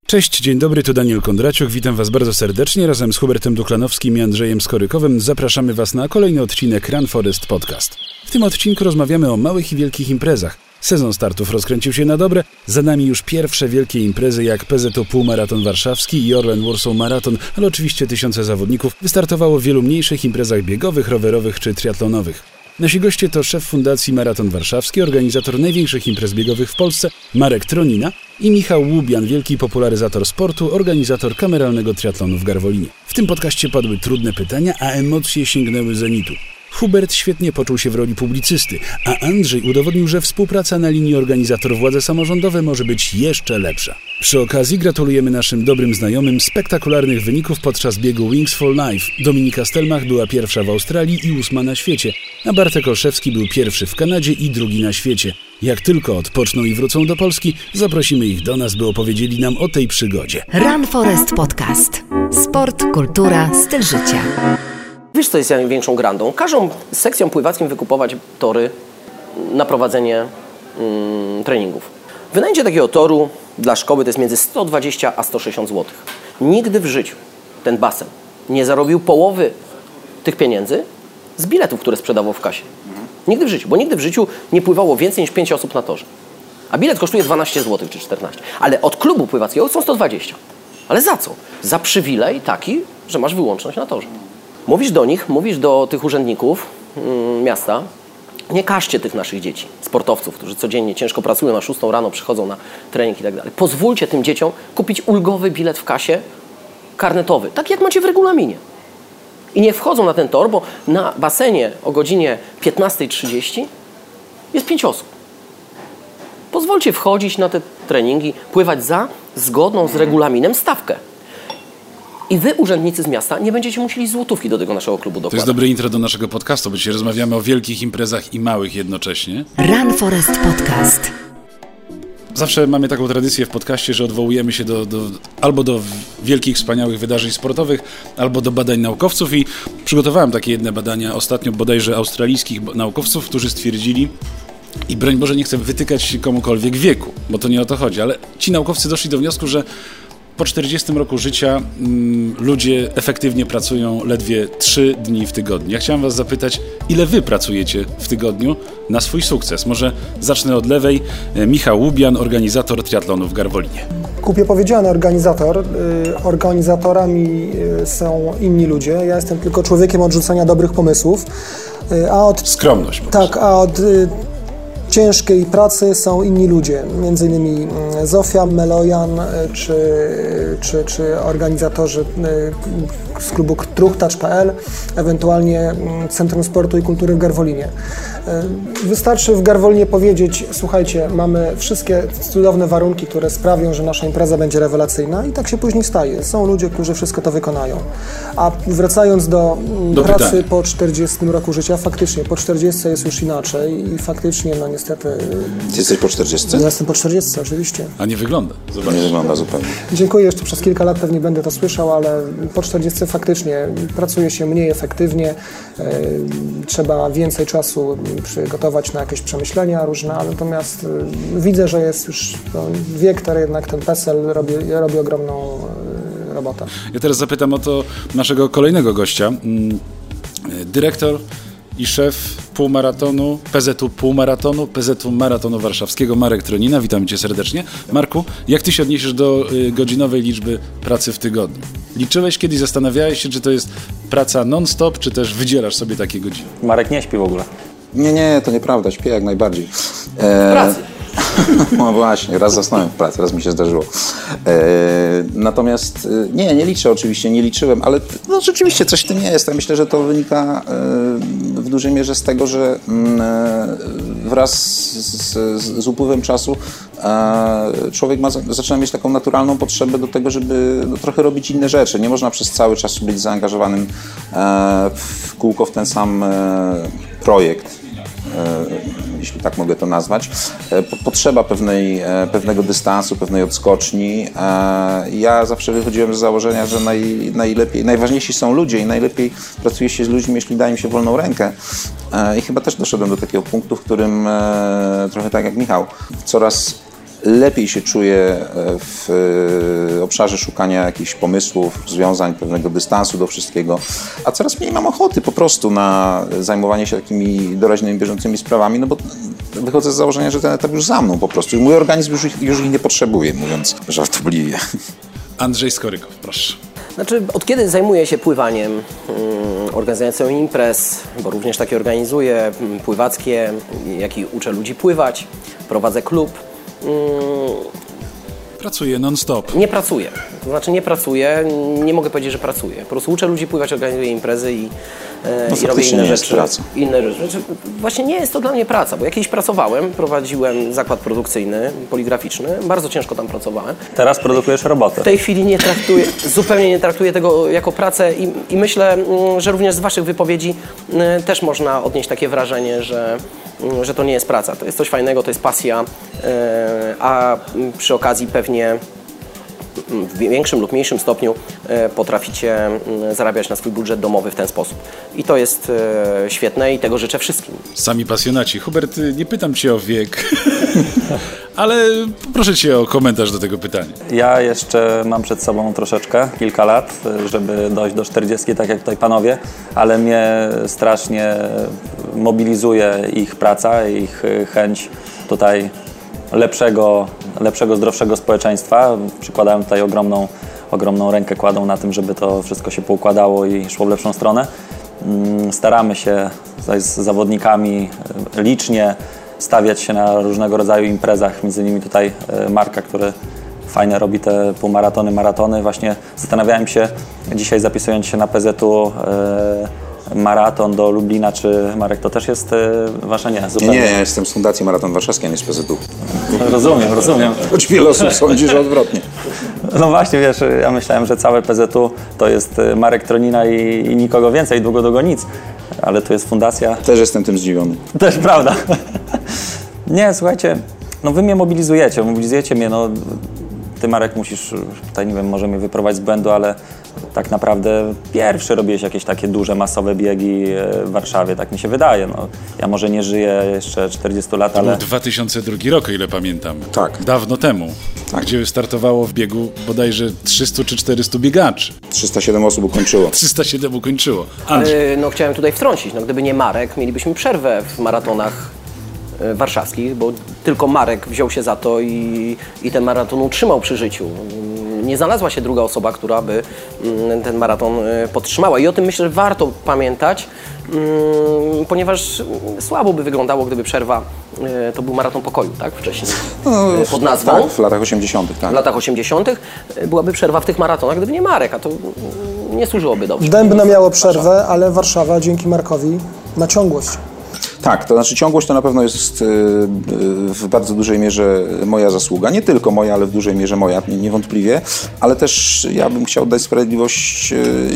Cześć, dzień dobry, tu Daniel Kondraciuk, witam Was bardzo serdecznie. Razem z Hubertem Duklanowskim i Andrzejem Skorykowym zapraszamy Was na kolejny odcinek Run Forest Podcast. W tym odcinku rozmawiamy o małych i wielkich imprezach. Sezon startów rozkręcił się na dobre, za nami już pierwsze wielkie imprezy jak PZO Półmaraton Warszawski i Orlen Warsaw Marathon, ale oczywiście tysiące zawodników wystartowało w wielu mniejszych imprezach biegowych, rowerowych czy triatlonowych. Nasi goście to szef Fundacji Maraton Warszawski, organizator największych imprez biegowych w Polsce, Marek Tronina, i Michał Łubian, wielki popularyzator sportu, organizator kameralnego triatlonu w Garwolinie. W tym podcaście padły trudne pytania, a emocje sięgnęły zenitu. Hubert świetnie poczuł się w roli publicysty, a Andrzej udowodnił, że współpraca na linii organizator-władze samorządowe może być jeszcze lepsza. Przy okazji gratulujemy naszym dobrym znajomym spektakularnych wyników podczas biegu Wings for Life. Dominika Stelmach była pierwsza w Australii i 8. na świecie, a Bartek Olszewski był pierwszy w Kanadzie i 2. na świecie. Jak tylko odpoczną i wrócą do Polski, zaprosimy ich do nas, by opowiedzieli nam o tej przygodzie. Run Forest Podcast. Sport, kultura, styl życia. Wiesz, co jest największą grandą? Każą sekcjom pływackim wykupować tory na prowadzenie treningów. Wynajęcie takiego toru dla szkoły to jest między 120 a 160 zł. Nigdy w życiu ten basen nie zarobił połowy tych pieniędzy z biletów, które sprzedawał w kasie. Nigdy w życiu, bo nigdy w życiu nie pływało więcej niż 5 osób na torze. A bilet kosztuje 12 zł czy 14. Ale od klubu pływackiego są 120. Ale za co? Za przywilej taki, że masz wyłączność na torze. Mówisz do nich, mówisz do tych urzędników miasta, nie każcie tych naszych dzieci, sportowców, którzy codziennie ciężko pracują, na 6 rano przychodzą na trening i tak dalej. Pozwólcie tym dzieciom kupić ulgowy bilet w kasie karnetowy, tak jak macie w regulaminie. I niech wchodzą na ten tor, bo na basenie o godzinie 15:30 jest 5 osób. Pozwólcie wchodzić na te treningi, pływać za zgodną z regulaminem stawkę. I wy, urzędnicy z miasta, nie będziecie musieli złotówki do tego naszego klubu dokładać. To jest dobre intro do naszego podcastu, bo dzisiaj rozmawiamy o wielkich imprezach i małych jednocześnie. Run Forest Podcast. Zawsze mamy taką tradycję w podcaście, że odwołujemy się albo do wielkich, wspaniałych wydarzeń sportowych, albo do badań naukowców i przygotowałem takie jedne badania ostatnio bodajże australijskich naukowców, którzy stwierdzili, i broń Boże nie chcę wytykać komukolwiek wieku, bo to nie o to chodzi, ale ci naukowcy doszli do wniosku, że po 40 roku życia ludzie efektywnie pracują ledwie 3 dni w tygodniu. Ja chciałem Was zapytać, ile Wy pracujecie w tygodniu na swój sukces? Może zacznę od lewej. Michał Łubian, organizator triatlonu w Garwolinie. Głupio powiedziane organizator. Organizatorami są inni ludzie. Ja jestem tylko człowiekiem od rzucania dobrych pomysłów. Skromność. Tak, a od ciężkiej pracy są inni ludzie, między innymi Zofia, Melojan czy organizatorzy z klubu truchtacz.pl, ewentualnie Centrum Sportu i Kultury w Garwolinie. Wystarczy w Garwolinie powiedzieć, słuchajcie, mamy wszystkie cudowne warunki, które sprawią, że nasza impreza będzie rewelacyjna i tak się później staje. Są ludzie, którzy wszystko to wykonają. A wracając do pracy pytania. Po 40 roku życia, faktycznie po 40 jest już inaczej i faktycznie, no niestety... Ty jesteś po 40? Ja jestem po 40, oczywiście. A nie wygląda. Zobacz. Nie wygląda zupełnie. Dziękuję, jeszcze przez kilka lat pewnie będę to słyszał, ale po 40 faktycznie pracuje się mniej efektywnie, trzeba więcej czasu przygotować na jakieś przemyślenia różne, ale natomiast widzę, że jest już wiek, który jednak ten PESEL robi ogromną robotę. Ja teraz zapytam o to naszego kolejnego gościa. Dyrektor i szef półmaratonu, PZO Półmaratonu, PZO Maratonu Warszawskiego, Marek Tronina. Witam Cię serdecznie. Marku, jak Ty się odniesiesz do godzinowej liczby pracy w tygodniu? Liczyłeś kiedyś, zastanawiałeś się, czy to jest praca non-stop, czy też wydzielasz sobie takie godziny? Marek nie śpi w ogóle. Nie, to nieprawda, śpię jak najbardziej. W pracy. No właśnie, raz zasnąłem w pracy, raz mi się zdarzyło. Natomiast nie liczę oczywiście, nie liczyłem, ale no, rzeczywiście coś w tym jest. Ja myślę, że to wynika w dużej mierze z tego, że wraz z upływem czasu człowiek zaczyna mieć taką naturalną potrzebę do tego, żeby trochę robić inne rzeczy. Nie można przez cały czas być zaangażowanym w kółko w ten sam projekt, jeśli tak mogę to nazwać. Potrzeba pewnego dystansu, pewnej odskoczni. Ja zawsze wychodziłem z założenia, że najważniejsi są ludzie i najlepiej pracuje się z ludźmi, jeśli daje im się wolną rękę. I chyba też doszedłem do takiego punktu, w którym trochę tak jak Michał, coraz lepiej się czuję w obszarze szukania jakichś pomysłów, rozwiązań, pewnego dystansu do wszystkiego, a coraz mniej mam ochoty po prostu na zajmowanie się takimi doraźnymi, bieżącymi sprawami, no bo wychodzę z założenia, że ten etap już za mną po prostu i mój organizm już ich nie potrzebuje, mówiąc żartobliwie. Andrzej Skorykow, proszę. Znaczy, od kiedy zajmuję się pływaniem, organizacją imprez, bo również takie organizuję, pływackie, jak i uczę ludzi pływać, prowadzę klub. Pracuję non-stop. Nie pracuję. To znaczy nie pracuję, nie mogę powiedzieć, że pracuję. Po prostu uczę ludzi pływać, organizuję imprezy i robię inne rzeczy. Znaczy, właśnie nie jest to dla mnie praca, bo jakieś pracowałem, prowadziłem zakład produkcyjny, poligraficzny, bardzo ciężko tam pracowałem. Teraz produkujesz robotę. W tej chwili zupełnie nie traktuję tego jako pracę i myślę, że również z waszych wypowiedzi też można odnieść takie wrażenie, że to nie jest praca. To jest coś fajnego, to jest pasja, a przy okazji pewnie w większym lub mniejszym stopniu potraficie zarabiać na swój budżet domowy w ten sposób. I to jest świetne i tego życzę wszystkim. Sami pasjonaci. Hubert, nie pytam cię o wiek, ale proszę cię o komentarz do tego pytania. Ja jeszcze mam przed sobą troszeczkę, kilka lat, żeby dojść do 40, tak jak tutaj panowie, ale mnie strasznie mobilizuje ich praca, ich chęć tutaj lepszego, zdrowszego społeczeństwa. Przykładają tutaj ogromną rękę, kładą na tym, żeby to wszystko się poukładało i szło w lepszą stronę. Staramy się tutaj z zawodnikami licznie stawiać się na różnego rodzaju imprezach, między innymi tutaj Marka, który fajne robi te półmaratony, maratony. Właśnie zastanawiałem się dzisiaj, zapisując się na PZ-u maraton do Lublina, czy Marek, to też jest wasza? Nie, zupełnie. Nie, ja jestem z Fundacji Maraton Warszawskiej, a nie z PZU. Rozumiem. Choć wiele osób sądzi, że odwrotnie. No właśnie, wiesz, ja myślałem, że całe PZU to jest Marek Tronina i nikogo więcej, długo nic, ale tu jest fundacja. Też jestem tym zdziwiony. Też prawda. Nie, słuchajcie, no wy mnie mobilizujecie mnie, no ty, Marek, musisz, tutaj nie wiem, może mnie wyprowadzić z błędu, ale tak naprawdę pierwszy robiłeś jakieś takie duże, masowe biegi w Warszawie, tak mi się wydaje. No, ja może nie żyję jeszcze 40 lat, ale... To był 2002 rok, o ile pamiętam. Tak. Dawno temu, tak. Gdzie startowało w biegu bodajże 300 czy 400 biegaczy. 307 osób ukończyło. 307 ukończyło. No chciałem tutaj wtrącić, no gdyby nie Marek, mielibyśmy przerwę w maratonach warszawskich, bo tylko Marek wziął się za to i ten maraton utrzymał przy życiu. Nie znalazła się druga osoba, która by ten maraton podtrzymała. I o tym myślę, że warto pamiętać, ponieważ słabo by wyglądało, gdyby przerwa to był maraton pokoju, tak? Wcześniej pod nazwą. Tak, w latach 80. Tak. W latach 80. byłaby przerwa w tych maratonach, gdyby nie Marek, a to nie służyłoby dobrze. Dębno miało przerwę, ale Warszawa dzięki Markowi ma ciągłość. Tak, to znaczy ciągłość to na pewno jest w bardzo dużej mierze moja zasługa. Nie tylko moja, ale w dużej mierze moja, niewątpliwie. Ale też ja bym chciał dać sprawiedliwość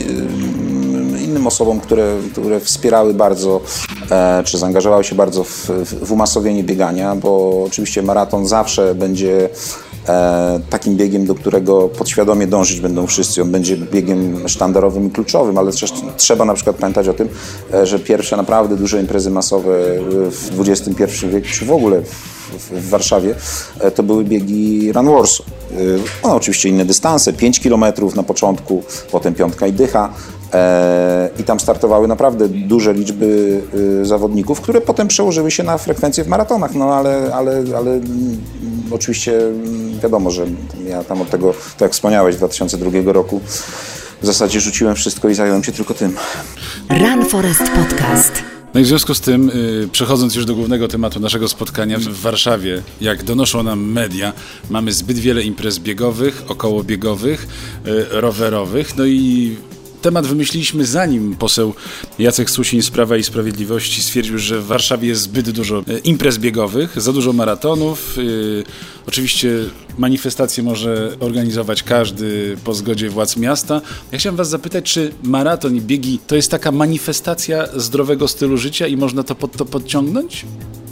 innym osobom, które wspierały bardzo, czy zaangażowały się bardzo w umasowienie biegania, bo oczywiście maraton zawsze będzie takim biegiem, do którego podświadomie dążyć będą wszyscy. On będzie biegiem sztandarowym i kluczowym, ale też trzeba na przykład pamiętać o tym, że pierwsze naprawdę duże imprezy masowe w XXI wieku, czy w ogóle w Warszawie, to były biegi Run Warsaw. Oczywiście inne dystanse, 5 km na początku, potem 5 i dycha. I tam startowały naprawdę duże liczby zawodników, które potem przełożyły się na frekwencję w maratonach. No ale oczywiście wiadomo, że ja tam od tego, tak jak wspomniałeś, 2002 roku w zasadzie rzuciłem wszystko i zająłem się tylko tym. Run Forest Podcast. No i w związku z tym, przechodząc już do głównego tematu naszego spotkania, w Warszawie, jak donoszą nam media, mamy zbyt wiele imprez biegowych, okołobiegowych, rowerowych, no i temat wymyśliliśmy, zanim poseł Jacek Susin z Prawa i Sprawiedliwości stwierdził, że w Warszawie jest zbyt dużo imprez biegowych, za dużo maratonów. Oczywiście manifestacje może organizować każdy po zgodzie władz miasta. Ja chciałem was zapytać, czy maraton i biegi to jest taka manifestacja zdrowego stylu życia i można to pod to podciągnąć?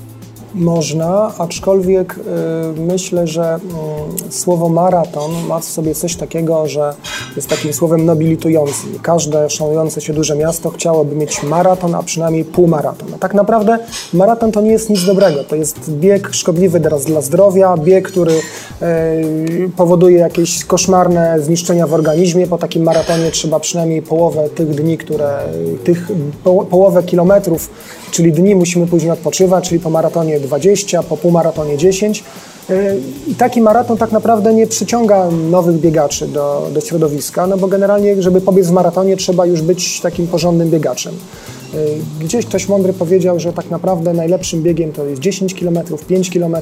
Można, aczkolwiek myślę, że słowo maraton ma w sobie coś takiego, że jest takim słowem nobilitującym. Każde szanujące się duże miasto chciałoby mieć maraton, a przynajmniej półmaraton. A tak naprawdę maraton to nie jest nic dobrego. To jest bieg szkodliwy dla zdrowia, bieg, który powoduje jakieś koszmarne zniszczenia w organizmie. Po takim maratonie trzeba przynajmniej połowę tych dni, połowę kilometrów, czyli dni musimy później odpoczywać, czyli po maratonie 20, po półmaratonie 10. I taki maraton tak naprawdę nie przyciąga nowych biegaczy do środowiska, no bo generalnie, żeby pobiec w maratonie, trzeba już być takim porządnym biegaczem. Gdzieś ktoś mądry powiedział, że tak naprawdę najlepszym biegiem to jest 10 km, 5 km.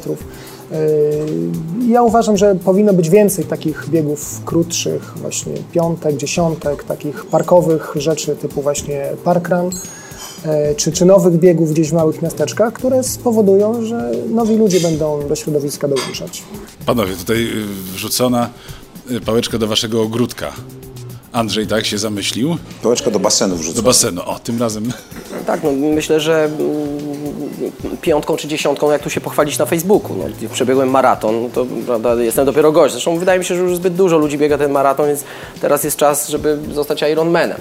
Ja uważam, że powinno być więcej takich biegów krótszych, właśnie piątek, dziesiątek, takich parkowych rzeczy typu właśnie parkrun, czy nowych biegów gdzieś w małych miasteczkach, które spowodują, że nowi ludzie będą do środowiska dołączać. Panowie, tutaj wrzucona pałeczka do waszego ogródka. Andrzej tak się zamyślił? Pałeczka do basenu wrzucona. Do basenu, o, tym razem. Tak, no myślę, że piątką czy dziesiątką, jak tu się pochwalić na Facebooku. No, przebiegłem maraton, to prawda, jestem dopiero gość. Zresztą wydaje mi się, że już zbyt dużo ludzi biega ten maraton, więc teraz jest czas, żeby zostać Ironmanem.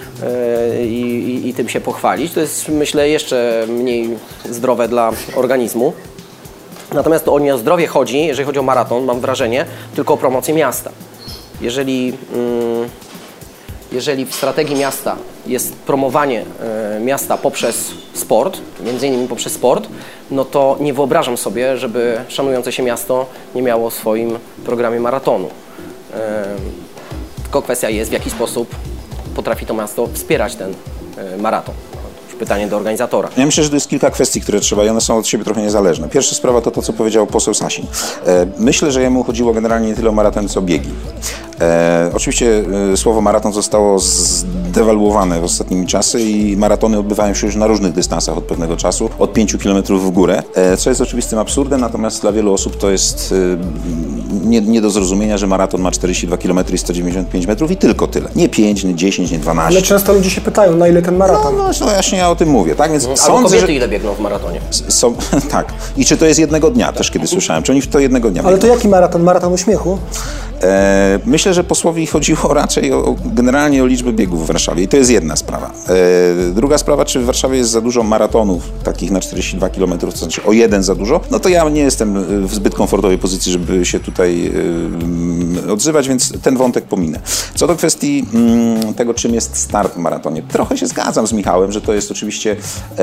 I tym się pochwalić. To jest, myślę, jeszcze mniej zdrowe dla organizmu. Natomiast o nie o zdrowie chodzi, jeżeli chodzi o maraton, mam wrażenie, tylko o promocję miasta. Jeżeli w strategii miasta jest promowanie miasta poprzez sport, między innymi poprzez sport, no to nie wyobrażam sobie, żeby szanujące się miasto nie miało w swoim programie maratonu. Tylko kwestia jest, w jaki sposób potrafi to miasto wspierać ten maraton. Już pytanie do organizatora. Ja myślę, że to jest kilka kwestii, które trzeba i one są od siebie trochę niezależne. Pierwsza sprawa to, co powiedział poseł Sasin. Myślę, że jemu chodziło generalnie nie tyle o maraton, co o biegi. Oczywiście słowo maraton zostało zdewaluowane w ostatnimi czasy i maratony odbywają się już na różnych dystansach od pewnego czasu, od 5 km w górę, co jest oczywistym absurdem, natomiast dla wielu osób to jest nie do zrozumienia, że maraton ma 42 km i 195 metrów i tylko tyle. Nie 5, nie 10, nie 12. Ale często ludzie się pytają, na ile ten maraton? No właśnie ja o tym mówię, tak? Więc Albo sądzę, kobiety że... ile biegną w maratonie? Tak. I czy to jest jednego dnia? Też kiedy słyszałem. Czy oni w to jednego dnia Ale biegną? to jaki maraton? Maraton uśmiechu? Myślę, że posłowi chodziło raczej generalnie o liczbę biegów w Warszawie i to jest jedna sprawa. Druga sprawa, czy w Warszawie jest za dużo maratonów takich na 42 km, to znaczy o jeden za dużo, no to ja nie jestem w zbyt komfortowej pozycji, żeby się tutaj odzywać, więc ten wątek pominę. Co do kwestii tego, czym jest start w maratonie, trochę się zgadzam z Michałem, że to jest oczywiście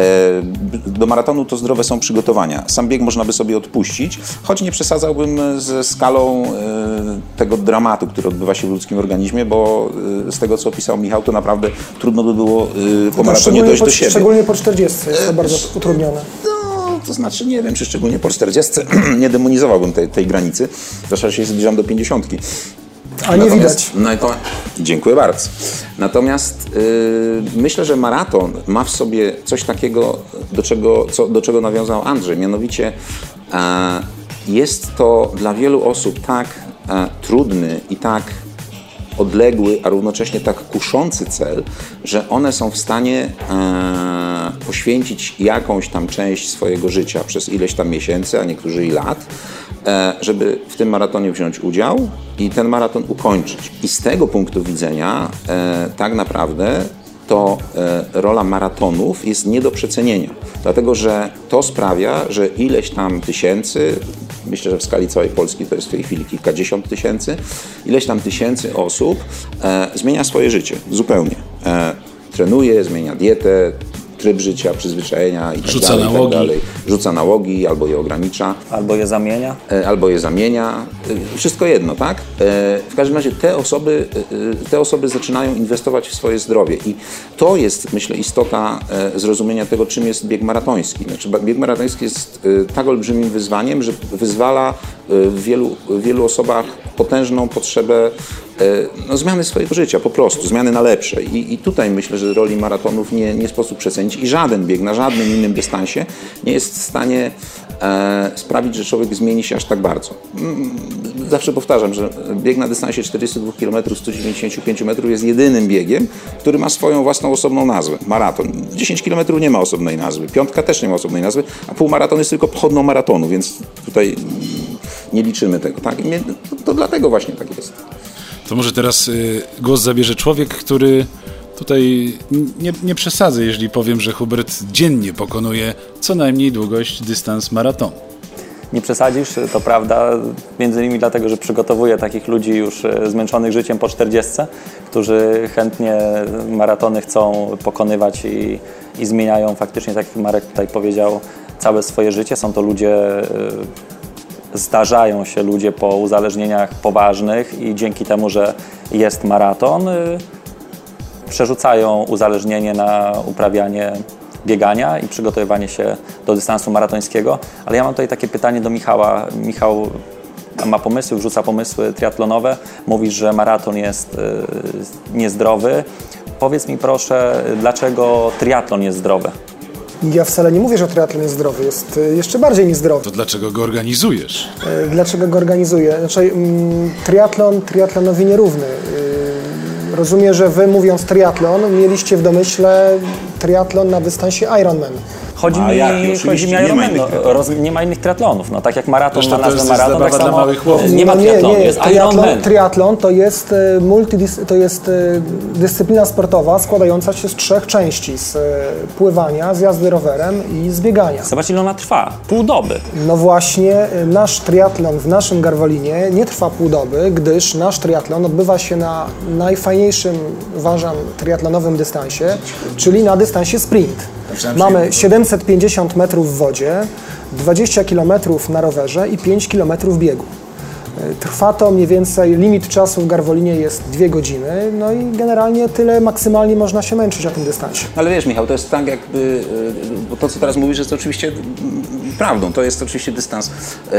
do maratonu to zdrowe są przygotowania. Sam bieg można by sobie odpuścić, choć nie przesadzałbym ze skalą tego dramatu, który odbywa się w ludzkim organizmie, bo z tego, co opisał Michał, to naprawdę trudno by było po maratonie dojść do siebie. Szczególnie po 40 jest to bardzo utrudnione. No, to znaczy nie wiem, czy szczególnie po 40 nie demonizowałbym tej granicy, zwłaszcza, że się zbliżam do 50. A nie widać. No i to, dziękuję bardzo. Natomiast myślę, że maraton ma w sobie coś takiego, do czego nawiązał Andrzej, mianowicie jest to dla wielu osób tak trudny i tak odległy, a równocześnie tak kuszący cel, że one są w stanie poświęcić jakąś tam część swojego życia przez ileś tam miesięcy, a niektórzy i lat, żeby w tym maratonie wziąć udział i ten maraton ukończyć. I z tego punktu widzenia tak naprawdę to rola maratonów jest nie do przecenienia, dlatego że to sprawia, że ileś tam tysięcy, myślę, że w skali całej Polski to jest w tej chwili kilkadziesiąt tysięcy, ileś tam tysięcy osób zmienia swoje życie zupełnie. Trenuje, zmienia dietę, tryb życia, przyzwyczajenia i tak dalej. Rzuca nałogi, albo je ogranicza. Albo je zamienia. Albo je zamienia. Wszystko jedno, tak? W każdym razie te osoby zaczynają inwestować w swoje zdrowie i to jest, myślę, istota zrozumienia tego, czym jest bieg maratoński. Znaczy, bieg maratoński jest tak olbrzymim wyzwaniem, że wyzwala w wielu osobach potężną potrzebę zmiany swojego życia, po prostu, zmiany na lepsze. I tutaj myślę, że roli maratonów nie sposób przecenić i żaden bieg na żadnym innym dystansie nie jest w stanie sprawić, że człowiek zmieni się aż tak bardzo. Zawsze powtarzam, że bieg na dystansie 42 km, 195 metrów jest jedynym biegiem, który ma swoją własną osobną nazwę. Maraton. 10 km nie ma osobnej nazwy, piątka też nie ma osobnej nazwy, a półmaraton jest tylko pochodną maratonu, więc tutaj nie liczymy tego. Tak? To dlatego właśnie tak jest. To może teraz głos zabierze człowiek, który tutaj nie przesadzę, jeżeli powiem, że Hubert dziennie pokonuje co najmniej długość dystans maratonu. Nie przesadzisz, to prawda, między innymi dlatego, że przygotowuję takich ludzi już zmęczonych życiem po 40, którzy chętnie maratony chcą pokonywać i zmieniają faktycznie, tak jak Marek tutaj powiedział, całe swoje życie. Są to ludzie, zdarzają się ludzie po uzależnieniach poważnych i dzięki temu, że jest maraton, przerzucają uzależnienie na uprawianie biegania i przygotowywanie się do dystansu maratońskiego. Ale ja mam tutaj takie pytanie do Michała. Michał ma pomysły, wrzuca pomysły triatlonowe. Mówisz, że maraton jest niezdrowy. Powiedz mi proszę, dlaczego triatlon jest zdrowy? Ja wcale nie mówię, że triatlon jest zdrowy, jest jeszcze bardziej niezdrowy. To dlaczego go organizujesz? Dlaczego go organizuję? Znaczy, triatlonowi nierówny. Rozumiem, że wy, mówiąc triatlon, mieliście w domyśle triatlon na dystansie Ironman. Chodzi mi o Ironman. Nie ma innych triatlonów. No, tak jak maraton ma nazwę maraton, tak samo nie ma triatlonu. Jest Ironman. Triatlon to jest dyscyplina sportowa składająca się z 3 części. Z pływania, z jazdy rowerem i z biegania. Zobacz, ile ona trwa. Pół doby. No właśnie, nasz triatlon w naszym Garwolinie nie trwa pół doby, gdyż nasz triatlon odbywa się na najfajniejszym, uważam, triatlonowym dystansie, czyli na dystansie sprint. Mamy 750 metrów w wodzie, 20 km na rowerze i 5 km biegu. Trwa to mniej więcej, limit czasu w Garwolinie jest 2 godziny, no i generalnie tyle maksymalnie można się męczyć na tym dystansie. Ale wiesz, Michał, to jest tak jakby, bo to co teraz mówisz jest oczywiście prawdą, to jest oczywiście dystans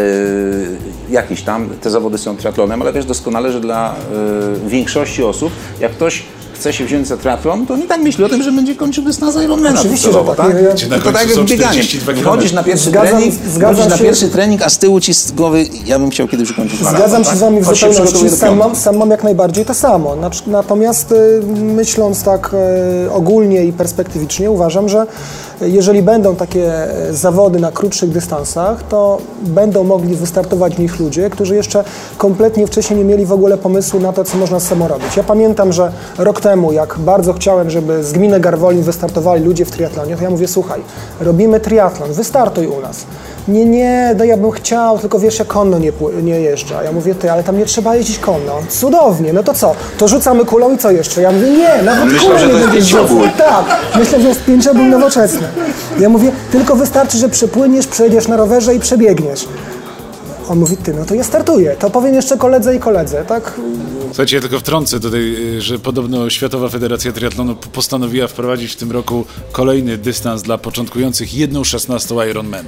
jakiś tam, te zawody są triatlonem, ale wiesz doskonale, że dla większości osób, jak ktoś chce się wziąć za triatlon, to nie tak myśli o tym, że będzie kończył dystans Ironmana. Oczywiście, że tak. To tak jak bieganie. Wchodzisz na pierwszy trening, a z tyłu ci z głowy, ja bym chciał kiedyś ukończyć maraton. Zgadzam się z wami w zupełności, sam mam jak najbardziej to samo. Natomiast myśląc tak ogólnie i perspektywicznie, uważam, że jeżeli będą takie zawody na krótszych dystansach, to będą mogli wystartować w nich ludzie, którzy jeszcze kompletnie wcześniej nie mieli w ogóle pomysłu na to, co można z sobą robić. Ja pamiętam, że rok temu, jak bardzo chciałem, żeby z gminy Garwolin wystartowali ludzie w triatlonie, to ja mówię, słuchaj, robimy triatlon, wystartuj u nas. Nie, no ja bym chciał, tylko wiesz, ja konno nie jeżdżę. A ja mówię, ty, ale tam nie trzeba jeździć konno. Cudownie, no to co? To rzucamy kulą i co jeszcze? Ja mówię, nie, nawet kulą nie będzie rzucał. Tak, myślę, że jest 5-bój nowoczesny. Ja mówię, tylko wystarczy, że przepłyniesz, przejedziesz na rowerze i przebiegniesz. On mówi, ty, no to ja startuję. To powiem jeszcze koledze, tak? Słuchajcie, ja tylko wtrącę tutaj, że podobno Światowa Federacja Triatlonu postanowiła wprowadzić w tym roku kolejny dystans dla początkujących 1/16 Ironmana.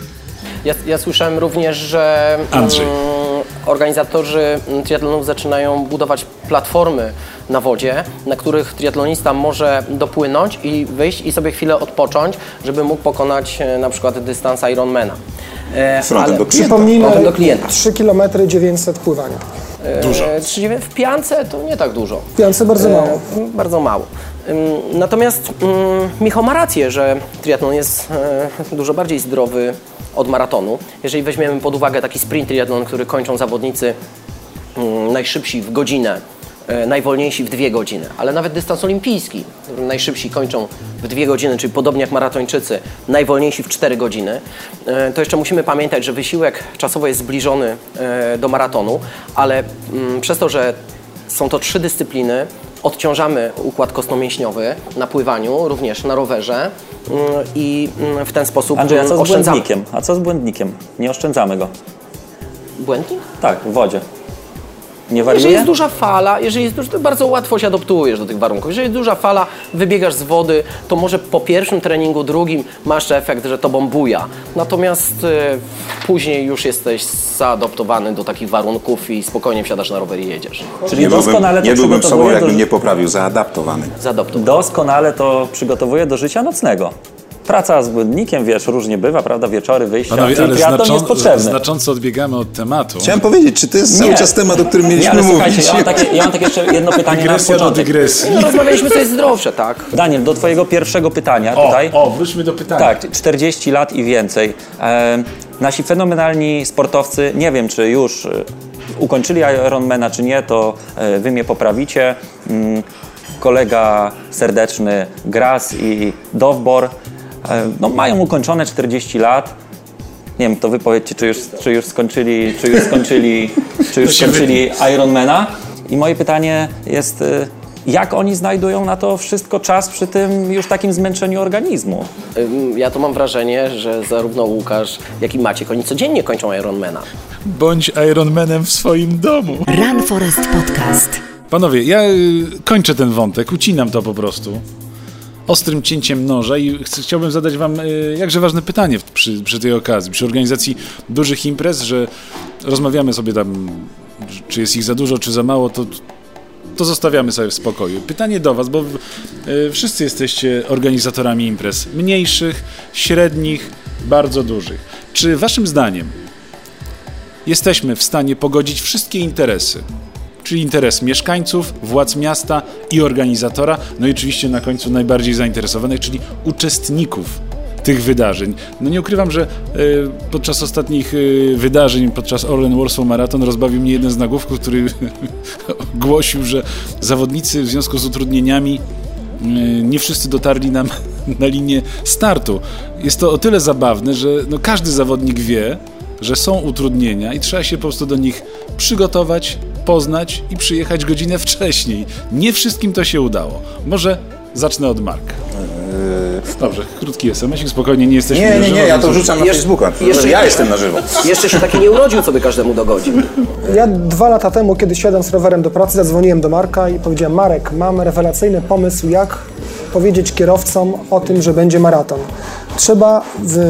Ja słyszałem również, że organizatorzy triatlonów zaczynają budować platformy na wodzie, na których triatlonista może dopłynąć i wyjść i sobie chwilę odpocząć, żeby mógł pokonać na przykład dystans Ironmana. Frontem do klienta. Przypomnijmy, 3 km 900 pływania. Dużo. W piance to nie tak dużo. W piance bardzo mało. Bardzo mało. Natomiast Michał ma rację, że triatlon jest dużo bardziej zdrowy od maratonu. Jeżeli weźmiemy pod uwagę taki sprint triatlon, który kończą zawodnicy najszybsi w godzinę, najwolniejsi w 2 godziny, ale nawet dystans olimpijski, najszybsi kończą w 2 godziny, czyli podobnie jak maratończycy, najwolniejsi w 4 godziny, to jeszcze musimy pamiętać, że wysiłek czasowo jest zbliżony do maratonu, ale przez to, że są to 3 dyscypliny, odciążamy układ kostno-mięśniowy na pływaniu, również na rowerze i w ten sposób Andrzej, a co z błędnikiem? A co z błędnikiem? Nie oszczędzamy go. Błędnik? Tak, w wodzie. Nie wariuje? Jeżeli jest duża fala, to bardzo łatwo się adoptujesz do tych warunków. Jeżeli jest duża fala, wybiegasz z wody, to może po pierwszym treningu, drugim masz efekt, że tobą buja. Natomiast później już jesteś zaadoptowany do takich warunków i spokojnie wsiadasz na rower i jedziesz. Czyli nie byłbym sobą, jakbym nie poprawił, zaadaptowany. Doskonale to przygotowuje do życia nocnego. praca z błędnikiem, wiesz, różnie bywa, prawda, wieczory, wyjścia. Panowie, ale triatlon jest potrzebny. znacząco odbiegamy od tematu. Chciałem powiedzieć, czy to jest cały czas temat, o którym mieliśmy ale mówić? Słuchajcie, ja mam takie jeszcze jedno pytanie Dygresja na do początek. dygresji. No, rozmawialiśmy coś zdrowsze, tak? Daniel, do twojego pierwszego pytania tutaj. Wróćmy do pytania. Tak, 40 lat i więcej. Nasi fenomenalni sportowcy, nie wiem, czy już ukończyli Ironmana, czy nie, to wy mnie poprawicie. Kolega serdeczny Gras i Dowbor no, mają ukończone 40 lat. Nie wiem, to wy powiedzcie, czy już skończyli Ironmana. I moje pytanie jest, jak oni znajdują na to wszystko czas przy tym już takim zmęczeniu organizmu? Ja to mam wrażenie, że zarówno Łukasz, jak i Maciek, oni codziennie kończą Ironmana. Bądź Ironmanem w swoim domu. Run Forest Podcast. Panowie, ja kończę ten wątek, ucinam to po prostu ostrym cięciem noża i chciałbym zadać wam jakże ważne pytanie przy tej okazji, przy organizacji dużych imprez, że rozmawiamy sobie tam, czy jest ich za dużo, czy za mało, to zostawiamy sobie w spokoju. Pytanie do was, bo wszyscy jesteście organizatorami imprez, mniejszych, średnich, bardzo dużych. Czy waszym zdaniem jesteśmy w stanie pogodzić wszystkie interesy? Czyli interes mieszkańców, władz miasta i organizatora, no i oczywiście na końcu najbardziej zainteresowanych, czyli uczestników tych wydarzeń. No nie ukrywam, że podczas ostatnich wydarzeń, podczas Orlen Warsaw Marathon rozbawił mnie jeden z nagłówków, który głosił, że zawodnicy w związku z utrudnieniami nie wszyscy dotarli nam na linię startu. Jest to o tyle zabawne, że no każdy zawodnik wie, że są utrudnienia i trzeba się po prostu do nich przygotować, poznać i przyjechać godzinę wcześniej. Nie wszystkim to się udało. Może zacznę od Marka. Dobrze, krótki SMS-ik, spokojnie, nie jesteśmy na żywo. Nie, ja to wrzucam na Facebooka. Ja jestem na żywo. Jeszcze się taki nie urodził, co by każdemu dogodził. Ja 2 lata temu, kiedy siadam z rowerem do pracy, zadzwoniłem do Marka i powiedziałem: Marek, mam rewelacyjny pomysł, jak powiedzieć kierowcom o tym, że będzie maraton. Trzeba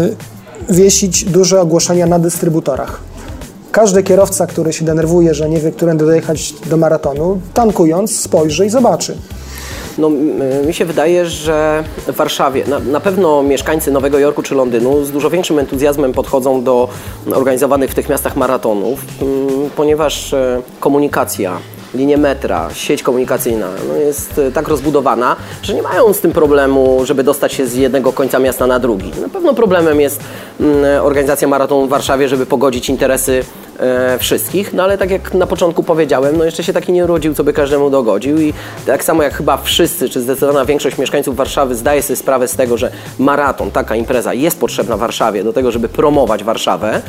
wywiesić duże ogłoszenia na dystrybutorach. Każdy kierowca, który się denerwuje, że nie wie, którędy dojechać do maratonu, tankując, spojrzy i zobaczy. No, mi się wydaje, że w Warszawie na pewno mieszkańcy Nowego Jorku czy Londynu z dużo większym entuzjazmem podchodzą do organizowanych w tych miastach maratonów, ponieważ komunikacja, linie metra, sieć komunikacyjna jest tak rozbudowana, że nie mają z tym problemu, żeby dostać się z jednego końca miasta na drugi. Na pewno problemem jest organizacja maratonu w Warszawie, żeby pogodzić interesy wszystkich, no ale tak jak na początku powiedziałem, no jeszcze się taki nie urodził, co by każdemu dogodził i tak samo jak chyba wszyscy, czy zdecydowana większość mieszkańców Warszawy zdaje sobie sprawę z tego, że maraton, taka impreza jest potrzebna Warszawie do tego, żeby promować Warszawę,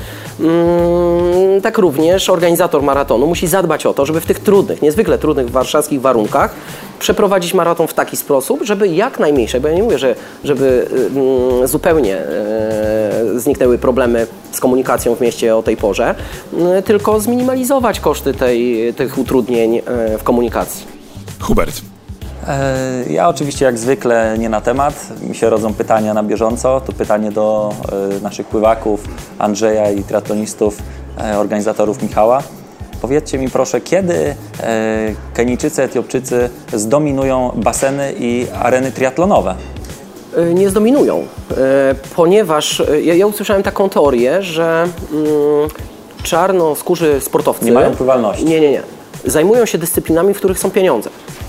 tak również organizator maratonu musi zadbać o to, żeby w tych trudnych, niezwykle trudnych warszawskich warunkach przeprowadzić maraton w taki sposób, żeby jak najmniejsze, bo ja nie mówię, żeby zupełnie zniknęły problemy z komunikacją w mieście o tej porze, tylko zminimalizować koszty tych utrudnień w komunikacji. Hubert. Ja oczywiście jak zwykle nie na temat. Mi się rodzą pytania na bieżąco. To pytanie do naszych pływaków, Andrzeja i triatlonistów, organizatorów Michała. Powiedzcie mi proszę, kiedy Kenijczycy, Etiopczycy zdominują baseny i areny triatlonowe? Nie zdominują, ponieważ ja usłyszałem taką teorię, że czarnoskórzy sportowcy... Nie mają pływalności. Nie. Zajmują się dyscyplinami, w których są pieniądze.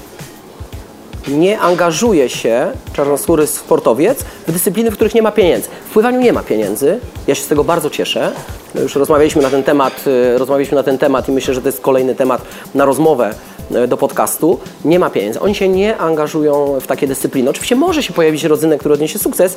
Nie angażuje się czarnoskóry sportowiec w dyscypliny, w których nie ma pieniędzy. W pływaniu nie ma pieniędzy. Ja się z tego bardzo cieszę. Już rozmawialiśmy na ten temat i myślę, że to jest kolejny temat na rozmowę do podcastu. Nie ma pieniędzy. Oni się nie angażują w takie dyscypliny. Oczywiście może się pojawić rodzynek, który odniesie sukces,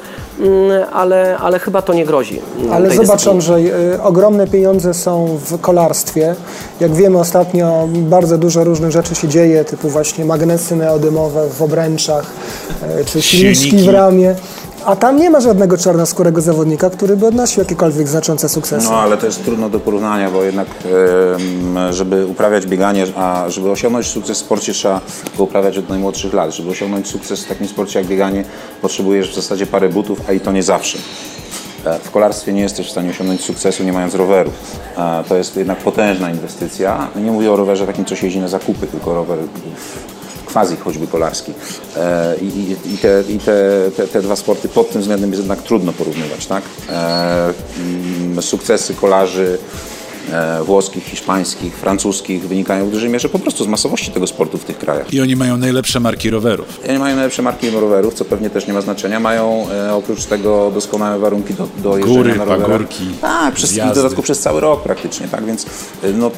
ale chyba to nie grozi. Ale zobacz, Andrzej, ogromne pieniądze są w kolarstwie. Jak wiemy, ostatnio bardzo dużo różnych rzeczy się dzieje, typu właśnie magnesy neodymowe w obręczach, czy silniczki w ramię. A tam nie ma żadnego czarnoskórego zawodnika, który by odnosił jakiekolwiek znaczące sukcesy. No ale to jest trudno do porównania, bo jednak żeby uprawiać bieganie, a żeby osiągnąć sukces w sporcie, trzeba go uprawiać od najmłodszych lat. Żeby osiągnąć sukces w takim sporcie jak bieganie, potrzebujesz w zasadzie parę butów, a i to nie zawsze. W kolarstwie nie jesteś w stanie osiągnąć sukcesu, nie mając roweru. To jest jednak potężna inwestycja. Nie mówię o rowerze takim, co się jeździ na zakupy, tylko rower quasi choćby kolarski. I te dwa sporty pod tym względem jest jednak trudno porównywać, tak? Sukcesy kolarzy włoskich, hiszpańskich, francuskich wynikają w dużej mierze po prostu z masowości tego sportu w tych krajach. I oni mają najlepsze marki rowerów. I oni mają najlepsze marki rowerów, co pewnie też nie ma znaczenia. Mają oprócz tego doskonałe warunki do jeżdżenia góry, na rowerach. pagórki, tak, w dodatku przez cały rok praktycznie, tak, więc no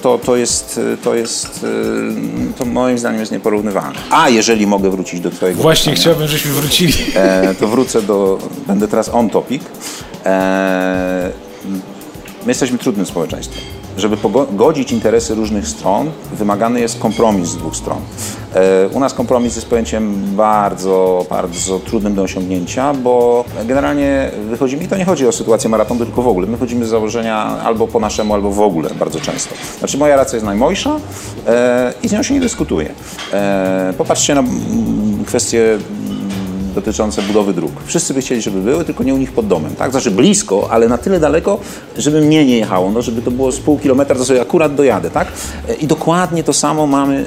to moim zdaniem jest nieporównywalne. A jeżeli mogę wrócić do twojego Właśnie pytania, chciałbym, żebyśmy wrócili. To wrócę będę teraz on topic. My jesteśmy trudnym społeczeństwem. Żeby pogodzić interesy różnych stron, wymagany jest kompromis z dwóch stron. U nas kompromis jest pojęciem bardzo, bardzo trudnym do osiągnięcia, bo generalnie wychodzimy, i to nie chodzi o sytuację maratonu, tylko w ogóle, my wychodzimy z założenia albo po naszemu, albo w ogóle bardzo często. Znaczy moja racja jest najmojsza i z nią się nie dyskutuje. Popatrzcie na kwestię dotyczące budowy dróg. Wszyscy by chcieli, żeby były, tylko nie u nich pod domem, tak? Znaczy blisko, ale na tyle daleko, żeby mnie nie jechało, no, żeby to było z pół kilometra, to sobie akurat dojadę, tak? I dokładnie to samo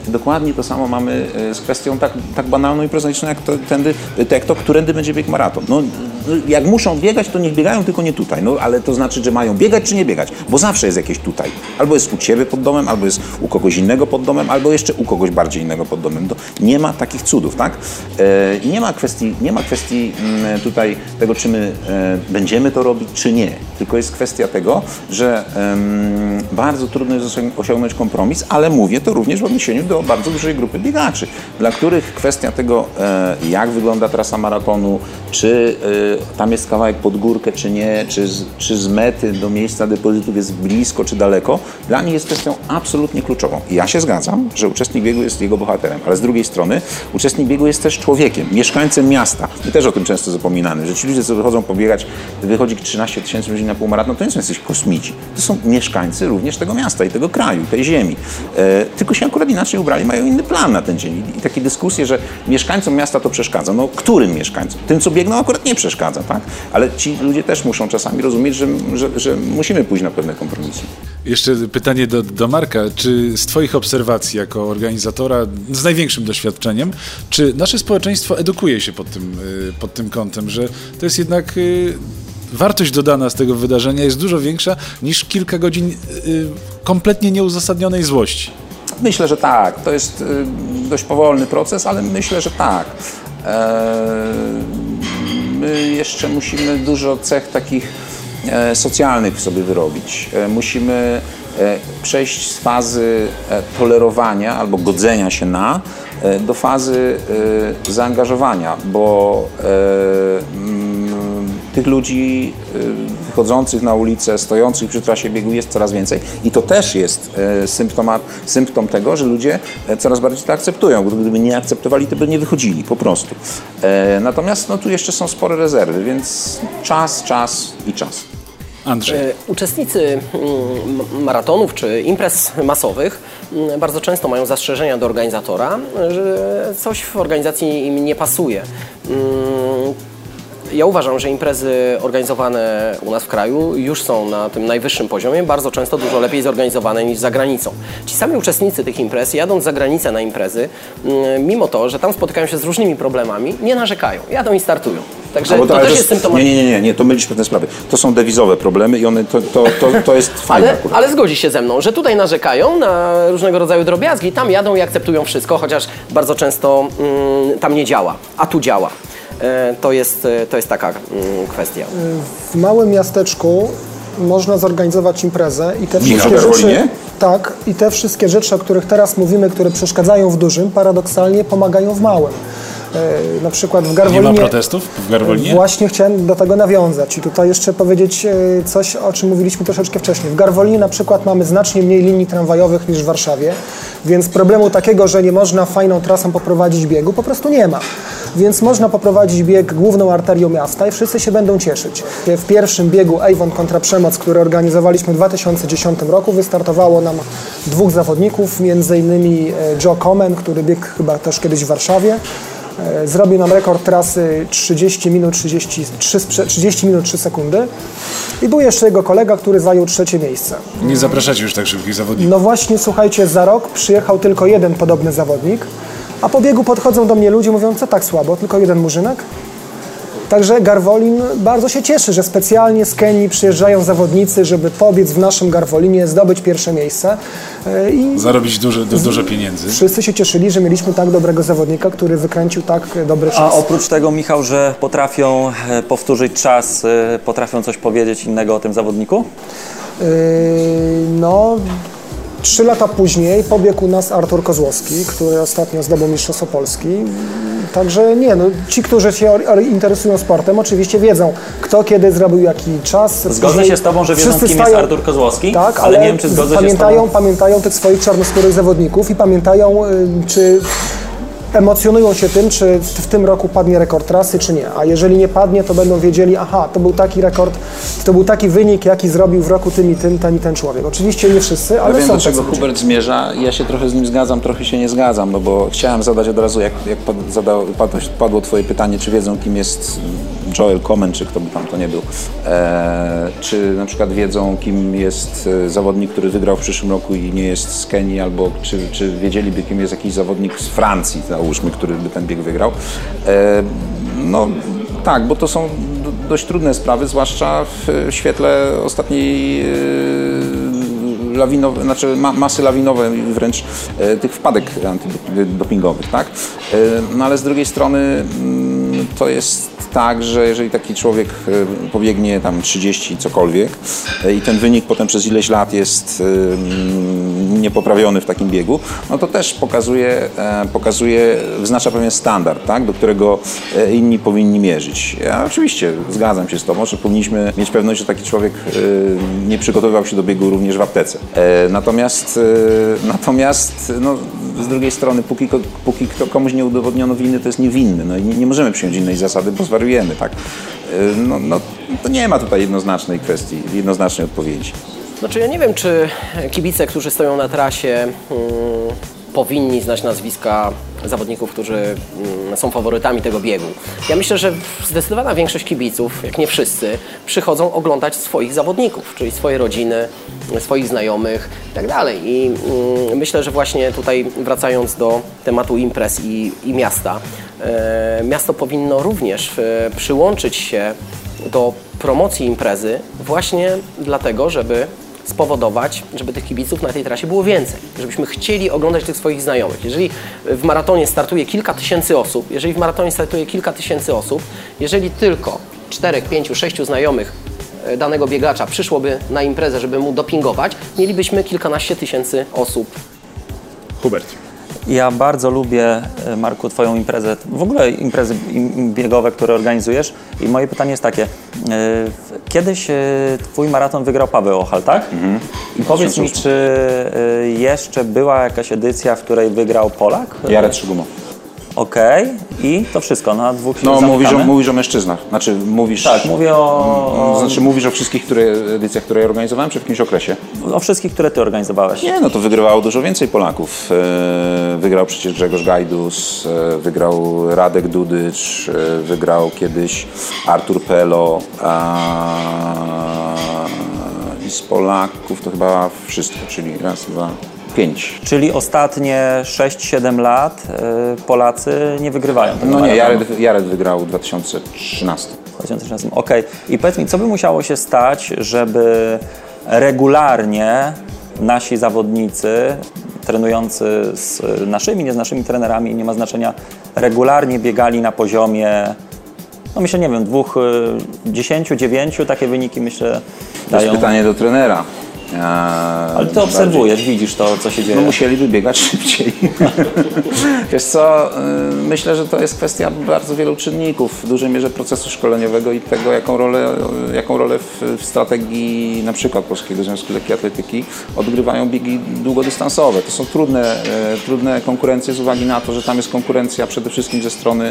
mamy z kwestią tak banalną i prozaiczną, jak to, którędy będzie bieg maraton. No, jak muszą biegać, to niech biegają, tylko nie tutaj. No, ale to znaczy, że mają biegać czy nie biegać, bo zawsze jest jakieś tutaj. Albo jest u ciebie pod domem, albo jest u kogoś innego pod domem, albo jeszcze u kogoś bardziej innego pod domem. To nie ma takich cudów, tak? I nie ma kwestii tutaj tego, czy my będziemy to robić, czy nie. Tylko jest kwestia tego, że bardzo trudno jest osiągnąć kompromis, ale mówię to również w odniesieniu do bardzo dużej grupy biegaczy, dla których kwestia tego, jak wygląda trasa maratonu, czy tam jest kawałek pod górkę, czy nie, czy z mety do miejsca depozytów jest blisko, czy daleko, dla nich jest kwestią absolutnie kluczową. I ja się zgadzam, że uczestnik biegu jest jego bohaterem, ale z drugiej strony uczestnik biegu jest też człowiekiem, mieszkańcem miasta. My też o tym często zapominamy, że ci ludzie, co wychodzą pobiegać, wychodzi 13 000 ludzi na półmaraton, to nie są jacyś kosmici. To są mieszkańcy również tego miasta i tego kraju, tej ziemi. Tylko się akurat inaczej ubrali, mają inny plan na ten dzień. I takie dyskusje, że mieszkańcom miasta to przeszkadza. No, którym mieszkańcom? Tym, co biegną, akurat nie przeszkadza, tak? Ale ci ludzie też muszą czasami rozumieć, że musimy pójść na pewne kompromisy. Jeszcze pytanie do Marka. Czy z twoich obserwacji jako organizatora z największym doświadczeniem, czy nasze społeczeństwo edukuje się pod tym kątem, że to jest jednak wartość dodana z tego wydarzenia jest dużo większa niż kilka godzin kompletnie nieuzasadnionej złości? Myślę, że tak. To jest dość powolny proces, ale myślę, że tak. My jeszcze musimy dużo cech takich socjalnych sobie wyrobić. Musimy przejść z fazy tolerowania albo godzenia się na do fazy zaangażowania, bo tych ludzi wychodzących na ulicę, stojących przy trasie biegu jest coraz więcej i to też jest symptom tego, że ludzie coraz bardziej to akceptują. Gdyby nie akceptowali, to by nie wychodzili po prostu. Natomiast no, tu jeszcze są spore rezerwy, więc czas i czas. Andrzej. Uczestnicy maratonów czy imprez masowych bardzo często mają zastrzeżenia do organizatora, że coś w organizacji im nie pasuje. Ja uważam, że imprezy organizowane u nas w kraju już są na tym najwyższym poziomie, bardzo często dużo lepiej zorganizowane niż za granicą. Ci sami uczestnicy tych imprez, jadąc za granicę na imprezy, mimo to, że tam spotykają się z różnymi problemami, nie narzekają, jadą i startują. Także to też jest symptomatyczne. Nie, to mylisz pewne sprawy. To są dewizowe problemy i one, to jest fajne akurat. Ale zgodzi się ze mną, że tutaj narzekają na różnego rodzaju drobiazgi, tam jadą i akceptują wszystko, chociaż bardzo często tam nie działa, a tu działa. To jest taka kwestia. W małym miasteczku można zorganizować imprezę i te wszystkie rzeczy, tak, i te wszystkie rzeczy, o których teraz mówimy, które przeszkadzają w dużym, paradoksalnie pomagają w małym. Na przykład w Garwolinie... Nie ma protestów w Garwolinie? Właśnie chciałem do tego nawiązać i tutaj jeszcze powiedzieć coś, o czym mówiliśmy troszeczkę wcześniej. W Garwolinie na przykład mamy znacznie mniej linii tramwajowych niż w Warszawie, więc problemu takiego, że nie można fajną trasą poprowadzić biegu, po prostu nie ma. Więc można poprowadzić bieg główną arterią miasta i wszyscy się będą cieszyć. W pierwszym biegu Avon kontra Przemoc, który organizowaliśmy w 2010 roku, wystartowało nam 2 zawodników, m.in. Joe Komen, który biegł chyba też kiedyś w Warszawie. Zrobił nam rekord trasy 30 minut 3 sekundy i był jeszcze jego kolega, który zajął 3. miejsce. Nie zapraszacie już tak szybkich zawodników? No właśnie, słuchajcie, za rok przyjechał tylko jeden podobny zawodnik A po biegu podchodzą do mnie ludzie, mówią, co tak słabo, tylko jeden murzynek? Także Garwolin bardzo się cieszy, że specjalnie z Kenii przyjeżdżają zawodnicy, żeby pobiec w naszym Garwolinie, zdobyć pierwsze miejsce. I zarobić dużo pieniędzy. Wszyscy się cieszyli, że mieliśmy tak dobrego zawodnika, który wykręcił tak dobry czas. A oprócz tego, Michał, że potrafią powtórzyć czas, potrafią coś powiedzieć innego o tym zawodniku? 3 lata później pobiegł u nas Artur Kozłowski, który ostatnio zdobył Mistrzostwo Polski. Także ci, którzy się interesują sportem, oczywiście wiedzą, kto kiedy zrobił jaki czas. Zgodzę się z Tobą, że wiedzą, kim jest Artur Kozłowski, tak, ale nie wiem, czy zgodzę się z Tobą. Pamiętają tych swoich czarnoskórych zawodników i pamiętają, czy emocjonują się tym, czy w tym roku padnie rekord trasy, czy nie. A jeżeli nie padnie, to będą wiedzieli, to był taki rekord, to był taki wynik, jaki zrobił w roku tym i tym, ten człowiek. Oczywiście nie wszyscy, ale wiem, są do czego tacy Hubert zmierza. Ja się trochę z nim zgadzam, trochę się nie zgadzam, bo chciałem zadać od razu, jak padło Twoje pytanie, czy wiedzą, kim jest Joel Komen, czy kto by tam to nie był. Czy na przykład wiedzą, kim jest zawodnik, który wygrał w przyszłym roku i nie jest z Kenii, albo czy wiedzieliby, kim jest jakiś zawodnik z Francji, załóżmy, który by ten bieg wygrał. Tak, bo to są dość trudne sprawy, zwłaszcza w świetle ostatniej masy lawinowej, wręcz tych wpadek antydopingowych, tak? Ale z drugiej strony to jest tak, że jeżeli taki człowiek pobiegnie tam 30 cokolwiek i ten wynik potem przez ileś lat jest niepoprawiony w takim biegu, to też wyznacza pewien standard, tak, do którego inni powinni mierzyć. Ja oczywiście zgadzam się z Tobą, że powinniśmy mieć pewność, że taki człowiek nie przygotowywał się do biegu również w aptece. Natomiast z drugiej strony, póki komuś nie udowodniono winy, to jest niewinny. I nie możemy przyjąć innej zasady, bo zwariujemy, tak? To nie ma tutaj jednoznacznej kwestii, jednoznacznej odpowiedzi. Znaczy ja nie wiem, czy kibice, którzy stoją na trasie, powinni znać nazwiska zawodników, którzy są faworytami tego biegu. Ja myślę, że zdecydowana większość kibiców, jak nie wszyscy, przychodzą oglądać swoich zawodników, czyli swoje rodziny, swoich znajomych itd. I myślę, że właśnie tutaj wracając do tematu imprez i miasta, miasto powinno również przyłączyć się do promocji imprezy właśnie dlatego, żeby spowodować, żeby tych kibiców na tej trasie było więcej, żebyśmy chcieli oglądać tych swoich znajomych. Jeżeli w maratonie startuje kilka tysięcy osób, jeżeli tylko 4, 5, 6 znajomych danego biegacza przyszłoby na imprezę, żeby mu dopingować, mielibyśmy kilkanaście tysięcy osób. Hubert. Ja bardzo lubię, Marku, Twoją imprezę, w ogóle imprezy biegowe, które organizujesz. I moje pytanie jest takie. Kiedyś Twój maraton wygrał Paweł Ochal, tak? Mhm. I powiedz mi, czy jeszcze była jakaś edycja, w której wygrał Polak? Jarek Szygumow. Okej. I to wszystko na dwóch się mówisz o mężczyznach. Znaczy mówisz... Tak, mówię Znaczy mówisz o wszystkich edycjach, które ja organizowałem, czy w jakimś okresie? O wszystkich, które Ty organizowałeś. Nie, to wygrywało dużo więcej Polaków. Wygrał przecież Grzegorz Gajdus, wygrał Radek Dudycz, wygrał kiedyś Artur Pelo, i z Polaków to chyba wszystko, czyli raz, dwa... 5. Czyli ostatnie 6-7 lat Polacy nie wygrywają tego maratonu. Jared wygrał w 2013. Okej. I powiedz mi, co by musiało się stać, żeby regularnie nasi zawodnicy trenujący z naszymi, nie z naszymi trenerami, nie ma znaczenia, regularnie biegali na poziomie, myślę, nie wiem, 2, 10, 9, takie wyniki, myślę, dają. To jest pytanie do trenera. Ale Ty obserwujesz, widzisz to, co się dzieje. Musieliby biegać szybciej. Wiesz co, myślę, że to jest kwestia bardzo wielu czynników, w dużej mierze procesu szkoleniowego i tego, jaką rolę w strategii na przykład Polskiego Związku Lekkiej Atletyki odgrywają biegi długodystansowe. To są trudne konkurencje z uwagi na to, że tam jest konkurencja przede wszystkim ze strony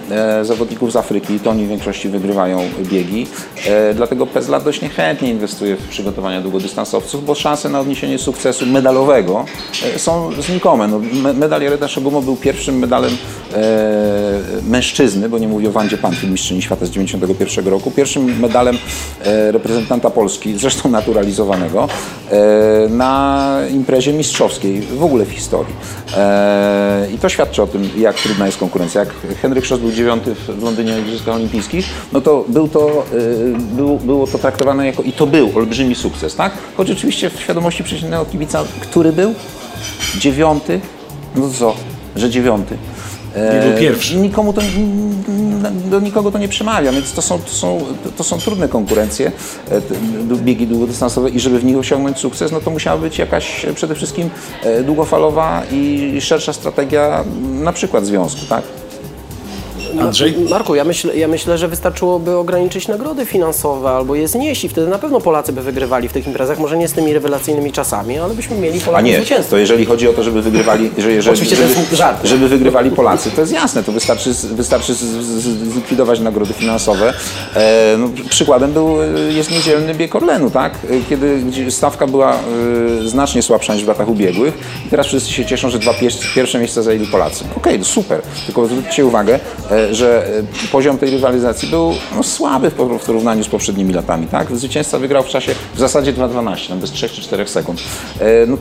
zawodników z Afryki, to oni w większości wygrywają biegi. Dlatego PESLA dość niechętnie inwestuje w przygotowania długodystansowców, bo szanse na odniesienie sukcesu medalowego są znikome. No, medal Jareda Szogumo był pierwszym medalem mężczyzny, bo nie mówię o Wandzie Panfil, mistrzyni świata z 1991 roku, pierwszym medalem reprezentanta Polski, zresztą naturalizowanego, na imprezie mistrzowskiej w ogóle w historii. I to świadczy o tym, jak trudna jest konkurencja. Jak Henryk Szoss był 9. w Londynie na Igrzyskach Olimpijskich, no to było to traktowane jako, i to był olbrzymi sukces, tak? Choć oczywiście w świadomości przeciętnego kibica, który był 9, no to co, że 9. Nie był pierwszy. Do nikogo to nie przemawia, więc to są trudne konkurencje, biegi długodystansowe i żeby w nich osiągnąć sukces, no to musiała być jakaś przede wszystkim długofalowa i szersza strategia na przykład związku, tak? Andrzej? Marku, ja myślę, że wystarczyłoby ograniczyć nagrody finansowe albo je znieść i wtedy na pewno Polacy by wygrywali w tych imprezach, może nie z tymi rewelacyjnymi czasami, ale byśmy mieli Polaków zwycięzców. To jeżeli chodzi o to, żeby wygrywali, żeby wygrywali Polacy, to jest jasne, to wystarczy zlikwidować nagrody finansowe. Przykładem jest niedzielny bieg Orlenu, tak? Gdzie stawka była znacznie słabsza niż w latach ubiegłych i teraz wszyscy się cieszą, że 2 pierwsze miejsca zajęli Polacy. Okej, to super, tylko zwróćcie uwagę, że poziom tej rywalizacji był słaby w porównaniu z poprzednimi latami. Tak? Zwycięzca wygrał w czasie w zasadzie 2:12, bez 3 czy 4 sekund. No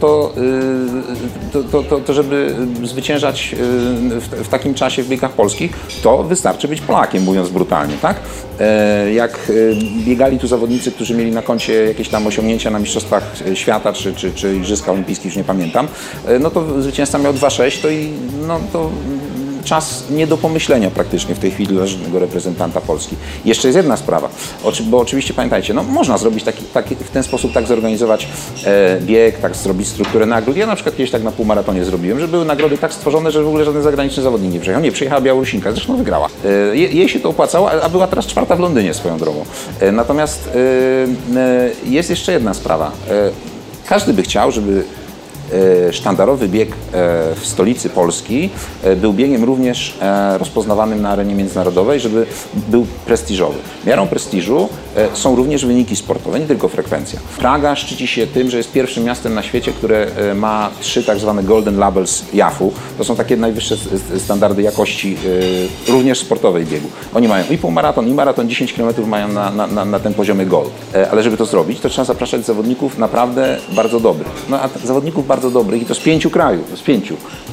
to żeby zwyciężać w takim czasie w biegach polskich, to wystarczy być Polakiem, mówiąc brutalnie. Tak? Jak biegali tu zawodnicy, którzy mieli na koncie jakieś tam osiągnięcia na mistrzostwach świata czy Igrzyska Olimpijskich, już nie pamiętam, no to zwycięzca miał 2:06, to czas nie do pomyślenia praktycznie w tej chwili dla żadnego reprezentanta Polski. Jeszcze jest jedna sprawa, bo oczywiście pamiętajcie, można zrobić w ten sposób tak zorganizować bieg, tak zrobić strukturę nagród. Ja na przykład kiedyś tak na półmaratonie zrobiłem, że były nagrody tak stworzone, że w ogóle żaden zagraniczny zawodnik nie przyjechał. Nie, przyjechała Białorusinka, zresztą wygrała. Jej się to opłacało, a była teraz 4. w Londynie swoją drogą. Natomiast jest jeszcze jedna sprawa. Każdy by chciał, żeby sztandarowy bieg w stolicy Polski był biegiem również rozpoznawanym na arenie międzynarodowej, żeby był prestiżowy. Miarą prestiżu są również wyniki sportowe, nie tylko frekwencja. Praga szczyci się tym, że jest pierwszym miastem na świecie, które ma 3 tak zwane Golden Labels IAAF-u. To są takie najwyższe standardy jakości również sportowej biegu. Oni mają i półmaraton, i maraton, 10 km mają na tym poziomie gold. Ale żeby to zrobić, to trzeba zapraszać zawodników naprawdę bardzo dobrych. A zawodników bardzo dobrych i to z 5 krajów, z 5.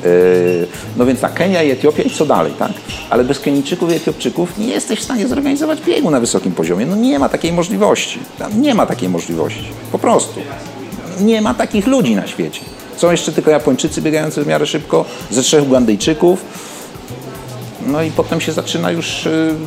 No więc tak, Kenia i Etiopia i co dalej, tak? Ale bez Kenijczyków i Etiopczyków nie jesteś w stanie zorganizować biegu na wysokim poziomie. Nie ma takiej możliwości. Nie ma takiej możliwości. Po prostu. Nie ma takich ludzi na świecie. Są jeszcze tylko Japończycy biegający w miarę szybko, ze 3 Ugandyjczyków. No i potem się zaczyna już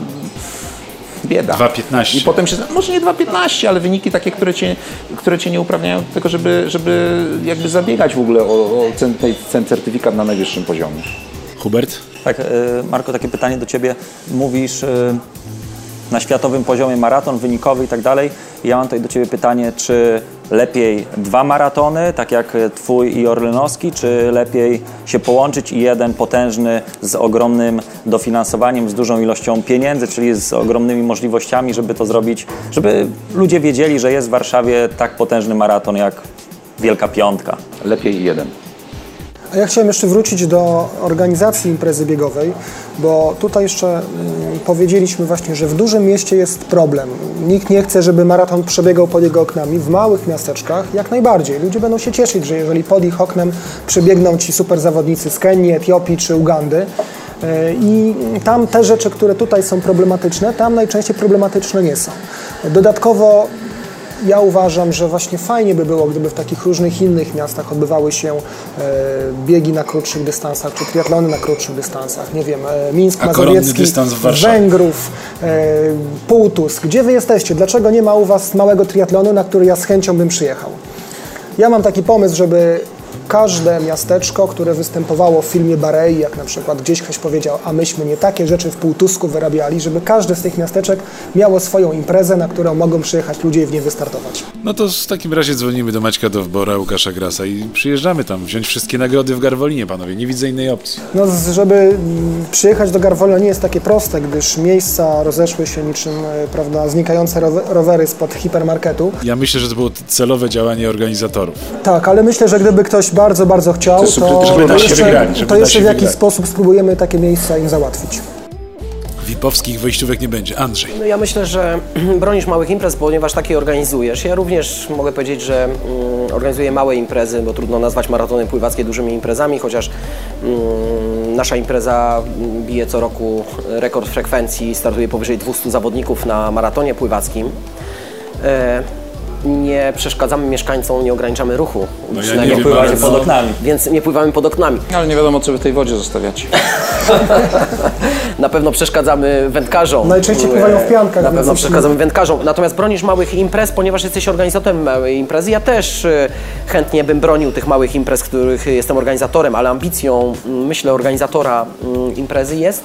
bieda. 2:15. I potem się, może nie 2:15, ale wyniki takie, które cię nie uprawniają do tego, żeby jakby zabiegać w ogóle o ten certyfikat na najwyższym poziomie. Hubert? Tak, Marko, takie pytanie do Ciebie. Mówisz na światowym poziomie maraton wynikowy i tak dalej. Ja mam tutaj do Ciebie pytanie, czy lepiej 2 maratony, tak jak Twój i Orlenowski, czy lepiej się połączyć i jeden potężny z ogromnym dofinansowaniem, z dużą ilością pieniędzy, czyli z ogromnymi możliwościami, żeby to zrobić, żeby ludzie wiedzieli, że jest w Warszawie tak potężny maraton jak Wielka Piątka. Lepiej jeden. A ja chciałem jeszcze wrócić do organizacji imprezy biegowej, bo tutaj jeszcze powiedzieliśmy właśnie, że w dużym mieście jest problem. Nikt nie chce, żeby maraton przebiegał pod jego oknami. W małych miasteczkach jak najbardziej. Ludzie będą się cieszyć, że jeżeli pod ich oknem przebiegną ci super zawodnicy z Kenii, Etiopii czy Ugandy, i tam te rzeczy, które tutaj są problematyczne, tam najczęściej problematyczne nie są. Dodatkowo ja uważam, że właśnie fajnie by było, gdyby w takich różnych innych miastach odbywały się biegi na krótszych dystansach, czy triatlony na krótszych dystansach. Nie wiem, Mińsk Mazowiecki, Węgrów, Półtusk. Gdzie wy jesteście? Dlaczego nie ma u was małego triatlonu, na który ja z chęcią bym przyjechał? Ja mam taki pomysł, żeby każde miasteczko, które występowało w filmie Barei, jak na przykład gdzieś ktoś powiedział, a myśmy nie takie rzeczy w Półtusku wyrabiali, żeby każde z tych miasteczek miało swoją imprezę, na którą mogą przyjechać ludzie i w niej wystartować. No to w takim razie dzwonimy do Maćka Dowbora, Łukasza Grasa i przyjeżdżamy tam, wziąć wszystkie nagrody w Garwolinie, panowie. Nie widzę innej opcji. No, żeby przyjechać do Garwolina nie jest takie proste, gdyż miejsca rozeszły się niczym, prawda, znikające rowery spod hipermarketu. Ja myślę, że to było celowe działanie organizatorów. Tak, ale myślę, że gdyby ktoś bardzo, bardzo chciał, to jeszcze w jakiś sposób spróbujemy takie miejsca im załatwić. VIP-owskich wejściówek nie będzie. Andrzej. No ja myślę, że bronisz małych imprez, ponieważ takie organizujesz. Ja również mogę powiedzieć, że organizuję małe imprezy, bo trudno nazwać maratony pływackie dużymi imprezami, chociaż nasza impreza bije co roku rekord frekwencji, startuje powyżej 200 zawodników na maratonie pływackim. Nie przeszkadzamy mieszkańcom, nie ograniczamy ruchu. No ja nie pływamy pod oknami. Więc nie pływamy pod oknami. Ale nie wiadomo, co wy w tej wodzie zostawiacie. Na pewno przeszkadzamy wędkarzom. Najczęściej pływają w piankach. Na pewno przeszkadzamy wędkarzom. Natomiast bronisz małych imprez, ponieważ jesteś organizatorem małej imprezy. Ja też chętnie bym bronił tych małych imprez, których jestem organizatorem, ale ambicją, myślę, organizatora imprezy jest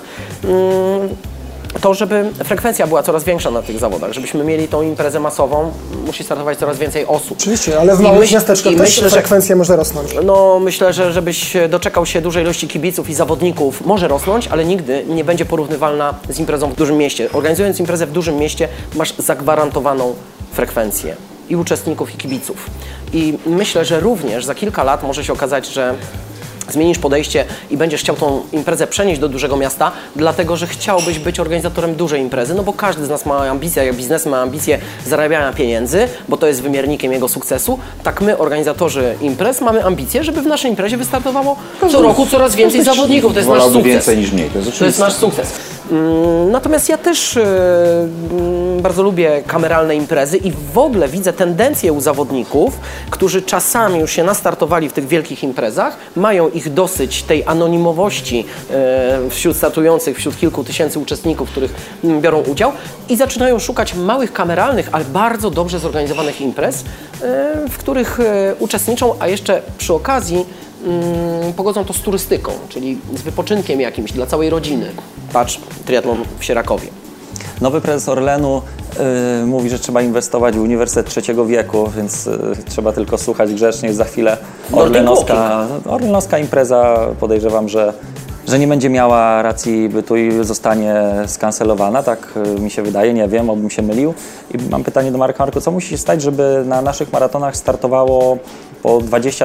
to, żeby frekwencja była coraz większa na tych zawodach, żebyśmy mieli tą imprezę masową, musi startować coraz więcej osób. Oczywiście, ale w małych miasteczkach też frekwencja może rosnąć. No myślę, że żebyś doczekał się dużej ilości kibiców i zawodników, może rosnąć, ale nigdy nie będzie porównywalna z imprezą w dużym mieście. Organizując imprezę w dużym mieście masz zagwarantowaną frekwencję i uczestników, i kibiców. I myślę, że również za kilka lat może się okazać, że zmienisz podejście i będziesz chciał tą imprezę przenieść do dużego miasta, dlatego że chciałbyś być organizatorem dużej imprezy, no bo każdy z nas ma ambicje, jak biznes ma ambicje zarabiania pieniędzy, bo to jest wymiernikiem jego sukcesu, tak my, organizatorzy imprez, mamy ambicje, żeby w naszej imprezie wystartowało co roku coraz więcej zawodników. To jest nasz sukces. Więcej niż mniej, to jest nasz sukces. Natomiast ja też bardzo lubię kameralne imprezy i w ogóle widzę tendencję u zawodników, którzy czasami już się nastartowali w tych wielkich imprezach, mają ich dosyć tej anonimowości wśród startujących, wśród kilku tysięcy uczestników, których biorą udział i zaczynają szukać małych kameralnych, ale bardzo dobrze zorganizowanych imprez, w których uczestniczą, a jeszcze przy okazji pogodzą to z turystyką, czyli z wypoczynkiem jakimś dla całej rodziny. Patrz, triatlon w Sierakowie. Nowy prezes Orlenu mówi, że trzeba inwestować w Uniwersytet Trzeciego Wieku, więc trzeba tylko słuchać grzecznie. Za chwilę orlenowska impreza, podejrzewam, że nie będzie miała racji bytu i zostanie skancelowana. Tak mi się wydaje, nie wiem, obym się mylił. I mam pytanie do Marka. Marku, co musi się stać, żeby na naszych maratonach startowało po 20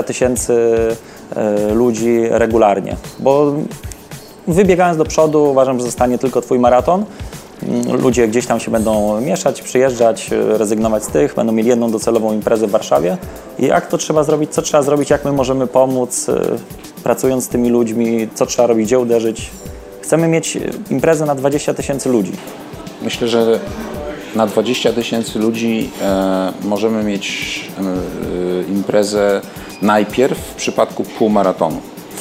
000 ludzi regularnie? Bo wybiegając do przodu, uważam, że zostanie tylko Twój maraton. Ludzie gdzieś tam się będą mieszać, przyjeżdżać, rezygnować z tych, będą mieli jedną docelową imprezę w Warszawie. I jak to trzeba zrobić, co trzeba zrobić, jak my możemy pomóc, pracując z tymi ludźmi, co trzeba robić, gdzie uderzyć. Chcemy mieć imprezę na 20 000 ludzi. Myślę, że na 20 000 ludzi możemy mieć imprezę najpierw w przypadku półmaratonu.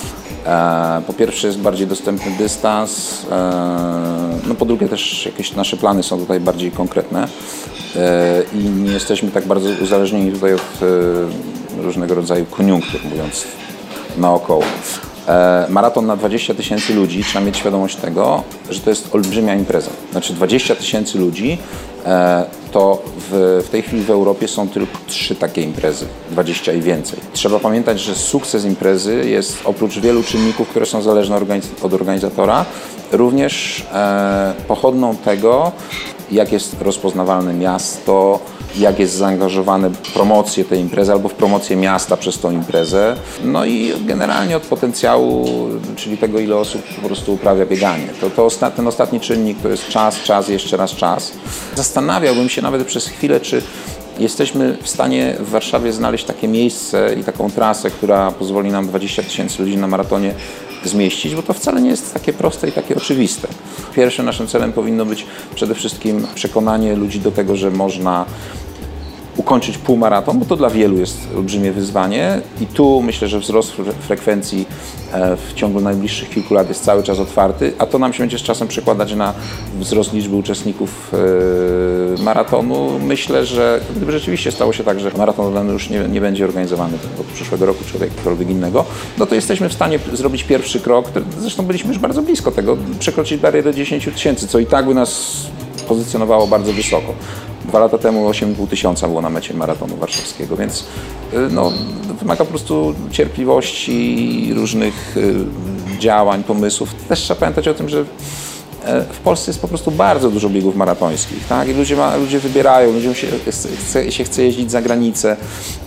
Po pierwsze jest bardziej dostępny dystans, no po drugie też jakieś nasze plany są tutaj bardziej konkretne i nie jesteśmy tak bardzo uzależnieni tutaj od różnego rodzaju koniunktur, mówiąc naokoło. Maraton na 20 000 ludzi, trzeba mieć świadomość tego, że to jest olbrzymia impreza. Znaczy 20 000 ludzi to w tej chwili w Europie są tylko 3 takie imprezy, 20 i więcej. Trzeba pamiętać, że sukces imprezy jest oprócz wielu czynników, które są zależne od organizatora, również pochodną tego, jak jest rozpoznawalne miasto, jak jest zaangażowane w promocję tej imprezy albo w promocję miasta przez tą imprezę. No i generalnie od potencjału, czyli tego, ile osób po prostu uprawia bieganie. Ten ostatni czynnik to jest czas, jeszcze raz czas. Zastanawiałbym się nawet przez chwilę, czy jesteśmy w stanie w Warszawie znaleźć takie miejsce i taką trasę, która pozwoli nam 20 000 ludzi na maratonie zmieścić, bo to wcale nie jest takie proste i takie oczywiste. Pierwszym naszym celem powinno być przede wszystkim przekonanie ludzi do tego, że można ukończyć półmaraton, bo to dla wielu jest olbrzymie wyzwanie i tu myślę, że wzrost frekwencji w ciągu najbliższych kilku lat jest cały czas otwarty, a to nam się będzie z czasem przekładać na wzrost liczby uczestników maratonu. Myślę, że gdyby rzeczywiście stało się tak, że maraton już nie będzie organizowany od przyszłego roku czy od jakiegokolwiek innego, no to jesteśmy w stanie zrobić pierwszy krok, zresztą byliśmy już bardzo blisko tego, przekroczyć barierę 10 000, co i tak by nas pozycjonowało bardzo wysoko. 2 lata temu 8,5 tysiąca było na mecie maratonu warszawskiego, więc no, wymaga po prostu cierpliwości, różnych działań, pomysłów. Też trzeba pamiętać o tym, że w Polsce jest po prostu bardzo dużo biegów maratońskich, tak? I ludzie wybierają, ludziom się chce jeździć za granicę.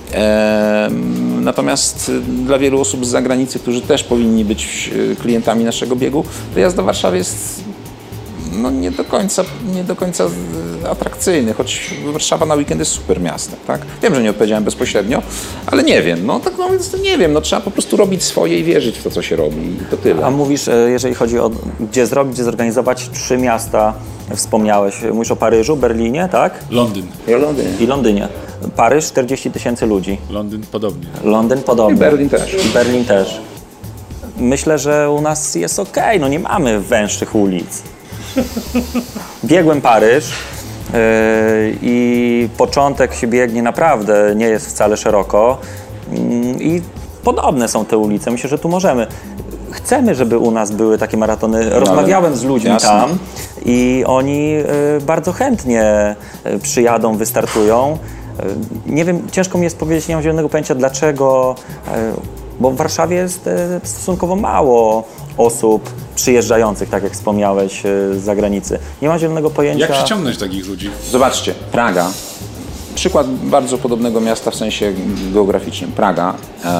Natomiast dla wielu osób z zagranicy, którzy też powinni być klientami naszego biegu, wyjazd do Warszawy jest nie do końca atrakcyjny, choć Warszawa na weekend jest super miastem, tak? Wiem, że nie odpowiedziałem bezpośrednio, ale nie wiem, nie wiem, trzeba po prostu robić swoje i wierzyć w to, co się robi i to tyle. A mówisz, jeżeli chodzi o gdzie zorganizować 3 miasta, wspomniałeś, mówisz o Paryżu, Berlinie, tak? Londyn. I Londynie. Paryż 40 000 ludzi. Londyn podobnie. I Berlin też. Berlin też. Myślę, że u nas jest okej, nie mamy węższych ulic. Biegłem Paryż i początek się biegnie naprawdę, nie jest wcale szeroko i podobne są te ulice. Myślę, że tu możemy. Chcemy, żeby u nas były takie maratony. Rozmawiałem z ludźmi tam i oni bardzo chętnie przyjadą, wystartują. Nie wiem, ciężko mi jest powiedzieć, nie mam zielonego pojęcia dlaczego, bo w Warszawie jest stosunkowo mało osób przyjeżdżających, tak jak wspomniałeś, z zagranicy. Nie ma zielonego pojęcia. Jak przyciągnąć takich ludzi? Zobaczcie, Praga, przykład bardzo podobnego miasta w sensie geograficznym. Praga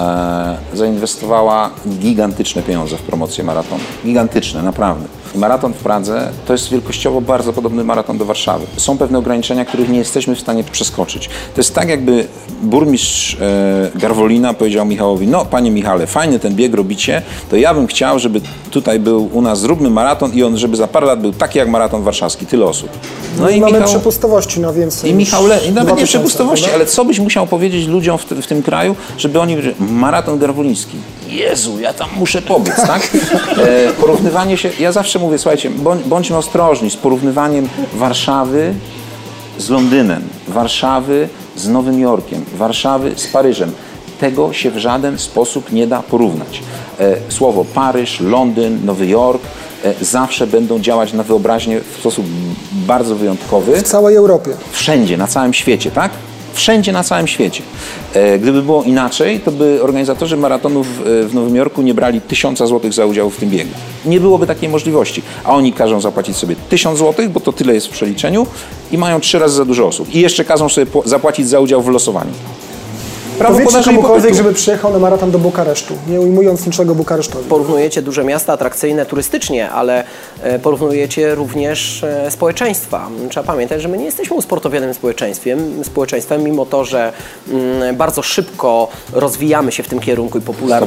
zainwestowała gigantyczne pieniądze w promocję maratonu. Gigantyczne, naprawdę. Maraton w Pradze to jest wielkościowo bardzo podobny maraton do Warszawy. Są pewne ograniczenia, których nie jesteśmy w stanie przeskoczyć. To jest tak, jakby burmistrz Garwolina powiedział Michałowi: no panie Michale, fajny ten bieg robicie, to ja bym chciał, żeby tutaj był u nas, zróbmy maraton i on, żeby za parę lat był taki jak maraton warszawski, tyle osób. No i mamy przepustowości na więcej. I Michał, nawet nie przepustowości, ale co byś musiał powiedzieć ludziom w tym kraju, żeby oni maraton garwoliński. Jezu, ja tam muszę pobiec, tak? Porównywanie się, ja zawsze mówię, słuchajcie, bądźmy ostrożni z porównywaniem Warszawy z Londynem, Warszawy z Nowym Jorkiem, Warszawy z Paryżem. Tego się w żaden sposób nie da porównać. Słowo Paryż, Londyn, Nowy Jork zawsze będą działać na wyobraźnię w sposób bardzo wyjątkowy. W całej Europie. Wszędzie, na całym świecie, tak? Wszędzie na całym świecie. Gdyby było inaczej, to by organizatorzy maratonów w Nowym Jorku nie brali 1000 zł za udział w tym biegu. Nie byłoby takiej możliwości. A oni każą zapłacić sobie 1000 zł, bo to tyle jest w przeliczeniu, i mają 3 razy za dużo osób. I jeszcze każą sobie zapłacić za udział w losowaniu. Powiedzcie komukolwiek, żeby przyjechał na maraton do Bukaresztu, nie ujmując niczego Bukaresztowi. Porównujecie duże miasta atrakcyjne turystycznie, ale porównujecie również społeczeństwa. Trzeba pamiętać, że my nie jesteśmy usportowionym społeczeństwem, mimo to, że bardzo szybko rozwijamy się w tym kierunku i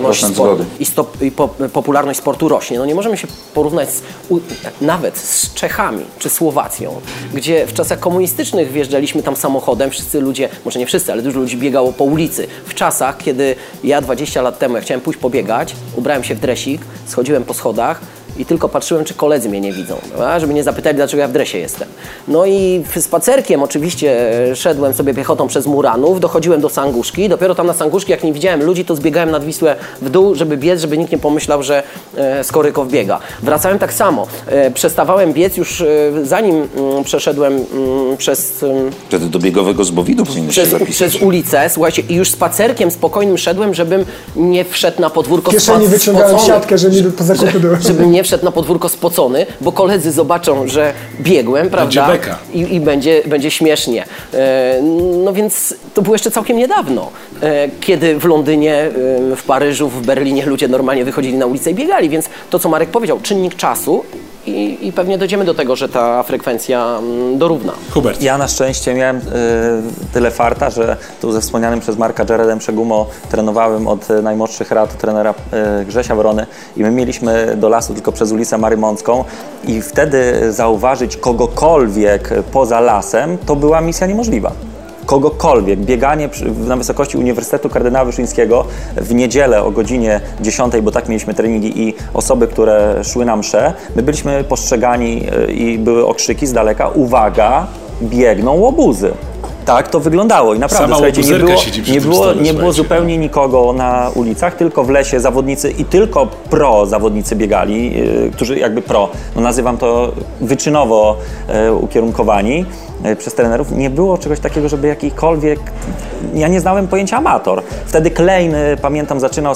popularność sportu rośnie. No nie możemy się porównać nawet z Czechami czy Słowacją, gdzie w czasach komunistycznych wjeżdżaliśmy tam samochodem, wszyscy ludzie, może nie wszyscy, ale dużo ludzi biegało po ulicy. W czasach, kiedy ja 20 lat temu, jak chciałem pójść pobiegać, ubrałem się w dresik, schodziłem po schodach i tylko patrzyłem, czy koledzy mnie nie widzą, żeby nie zapytali, dlaczego ja w dresie jestem. No i spacerkiem oczywiście szedłem sobie piechotą przez Muranów, dochodziłem do Sanguszki, dopiero tam na Sanguszki, jak nie widziałem ludzi, to zbiegałem nad Wisłę w dół, żeby biec, żeby nikt nie pomyślał, że Skorykow biega. Wracałem tak samo. Przestawałem biec już zanim przeszedłem przez... Do biegowego zbowidu przez ulicę, słuchajcie, i już spacerkiem spokojnym szedłem, żebym nie wszedł na podwórko spocony. W kieszeni wyciągałem siatkę, żeby po zakupy były. Żebym nie wszedł na podwórko spocony, bo koledzy zobaczą, że biegłem, prawda? I będzie śmiesznie. No więc to było jeszcze całkiem niedawno, kiedy w Londynie, w Paryżu, w Berlinie ludzie normalnie wychodzili na ulicę i biegali, więc to, co Marek powiedział, czynnik czasu i pewnie dojdziemy do tego, że ta frekwencja dorówna. Hubert. Ja na szczęście miałem tyle farta, że tu ze wspomnianym przez Marka Jaredem Przegumo trenowałem od najmłodszych lat trenera Grzesia Wrony i my mieliśmy do lasu tylko przez ulicę Marymącką i wtedy zauważyć kogokolwiek poza lasem to była misja niemożliwa. kogokolwiek. Bieganie na wysokości Uniwersytetu Kardynała Wyszyńskiego w niedzielę o godzinie 10, bo tak mieliśmy treningi i osoby, które szły na mszę, my byliśmy postrzegani i były okrzyki z daleka, uwaga, biegną łobuzy. Tak to wyglądało i naprawdę, słuchajcie, nie było zupełnie nikogo na ulicach, tylko w lesie zawodnicy i tylko zawodnicy biegali, którzy jakby nazywam to wyczynowo ukierunkowani przez trenerów. Nie było czegoś takiego, żeby jakikolwiek... Ja nie znałem pojęcia amator. Wtedy Klein, pamiętam,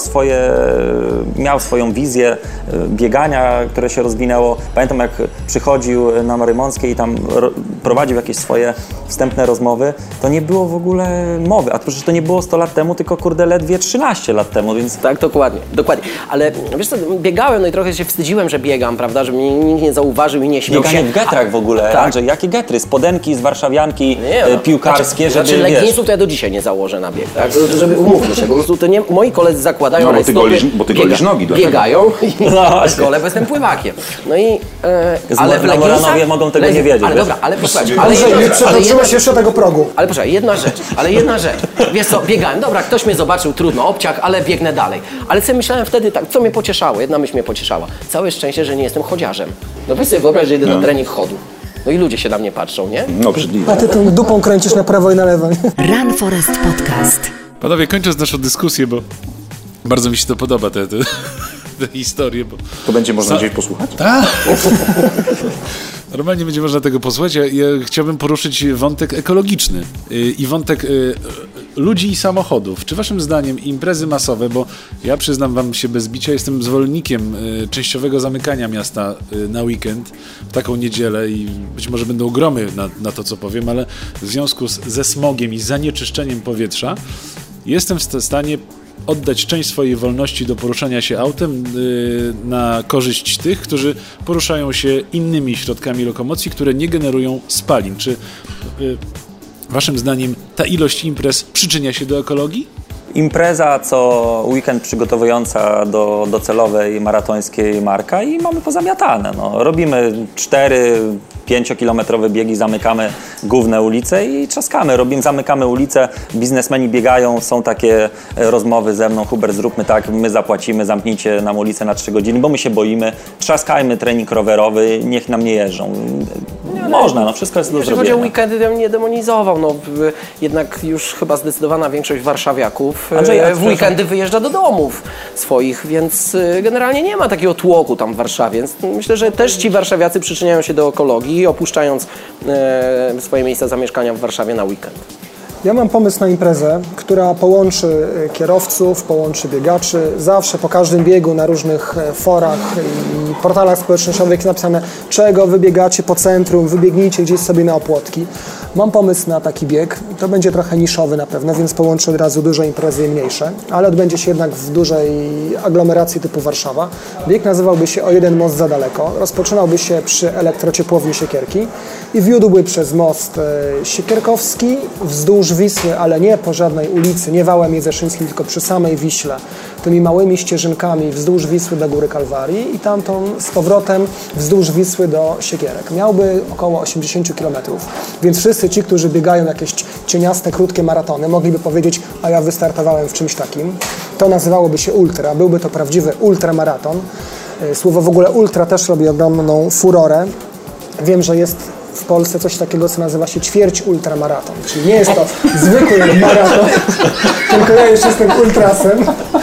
miał swoją wizję biegania, które się rozwinęło. Pamiętam, jak przychodził na Marymąckie i tam prowadził jakieś swoje wstępne rozmowy, to nie było w ogóle mowy. A przecież to nie było 100 lat temu, tylko ledwie 13 lat temu, więc... Tak, dokładnie. Ale wiesz co, biegałem, i trochę się wstydziłem, że biegam, prawda, że mnie nikt nie zauważył i nie śmiał się. Bieganie w getrach w ogóle, tak. Andrzej, jakie getry? Spodenki z warszawianki piłkarskie, żeby leginsów to ja do dzisiaj nie założę na bieg, tak? Żeby umówmy się, po prostu to nie, moi koledzy zakładają bo ty golisz nogi. Biegają i golę, bo jestem pływakiem. No i... ale w Moranowie mogą tego nie wiedzieć. Ale dobra, ale posłuchajcie. Nie przekroczyłeś jeszcze tego progu. Ale posłuchaj, jedna rzecz. Wiesz co, biegałem, dobra, ktoś mnie zobaczył, trudno, obciach, ale biegnę dalej. Ale co myślałem wtedy tak, co mnie pocieszało? Jedna myśl mnie pocieszała. Całe szczęście, że nie jestem chodziarzem. No weź sobie wyobraź, że idę na trening chodu. No i ludzie się na mnie patrzą, nie? No brzydliwe. A ty tą dupą kręcisz na prawo i na lewo. Run Forest Podcast. Panowie, kończąc naszą dyskusję, bo bardzo mi się to podoba, te historie. Bo... To będzie można gdzieś posłuchać? Tak. Normalnie będzie można tego posłuchać. Ja chciałbym poruszyć wątek ekologiczny i wątek ludzi i samochodów. Czy waszym zdaniem imprezy masowe, bo ja przyznam wam się bez bicia, jestem zwolennikiem częściowego zamykania miasta na weekend, w taką niedzielę i być może będą gromy na to, co powiem, ale w związku ze smogiem i zanieczyszczeniem powietrza jestem w stanie oddać część swojej wolności do poruszania się autem na korzyść tych, którzy poruszają się innymi środkami lokomocji, które nie generują spalin. Czy waszym zdaniem ta ilość imprez przyczynia się do ekologii? Impreza co weekend przygotowująca do docelowej maratońskiej marka i mamy pozamiatane. No, robimy 4-5-kilometrowe biegi, zamykamy główne ulice i trzaskamy. Zamykamy ulice, biznesmeni biegają, są takie rozmowy ze mną, Hubert, zróbmy tak, my zapłacimy, zamknijcie nam ulicę na 3 godziny, bo my się boimy, trzaskajmy trening rowerowy, niech nam nie jeżdżą. Można, wszystko jest do zrobienia. Jeśli chodzi o weekendy, to bym nie demonizował. Jednak już chyba zdecydowana większość warszawiaków w weekendy wyjeżdża do domów swoich, więc generalnie nie ma takiego tłoku tam w Warszawie. Więc myślę, że też ci warszawiacy przyczyniają się do ekologii, opuszczając swoje miejsca zamieszkania w Warszawie na weekend. Ja mam pomysł na imprezę, która połączy kierowców, połączy biegaczy. Zawsze po każdym biegu na różnych forach i portalach społecznościowych jest napisane, czego wybiegacie po centrum, wybiegnijcie gdzieś sobie na Opłotki. Mam pomysł na taki bieg. To będzie trochę niszowy na pewno, więc połączę od razu duże imprezy i mniejsze, ale odbędzie się jednak w dużej aglomeracji typu Warszawa. Bieg nazywałby się O jeden most za daleko. Rozpoczynałby się przy elektrociepłowni Siekierki i wiódłby przez most Siekierkowski wzdłuż Wisły, ale nie po żadnej ulicy, nie wałem Jezeszyńskim, tylko przy samej Wiśle, tymi małymi ścieżynkami wzdłuż Wisły do Góry Kalwarii i tamtą z powrotem wzdłuż Wisły do Siekierek. Miałby około 80 km, więc wszyscy ci, którzy biegają jakieś cieniaste, krótkie maratony, mogliby powiedzieć, a ja wystartowałem w czymś takim. To nazywałoby się ultra, byłby to prawdziwy ultramaraton. Słowo w ogóle ultra też robi ogromną furorę. Wiem, że jest w Polsce coś takiego, co nazywa się ćwierć ultramaraton. Czyli nie jest to zwykły maraton, tylko ja już jestem ultrasem.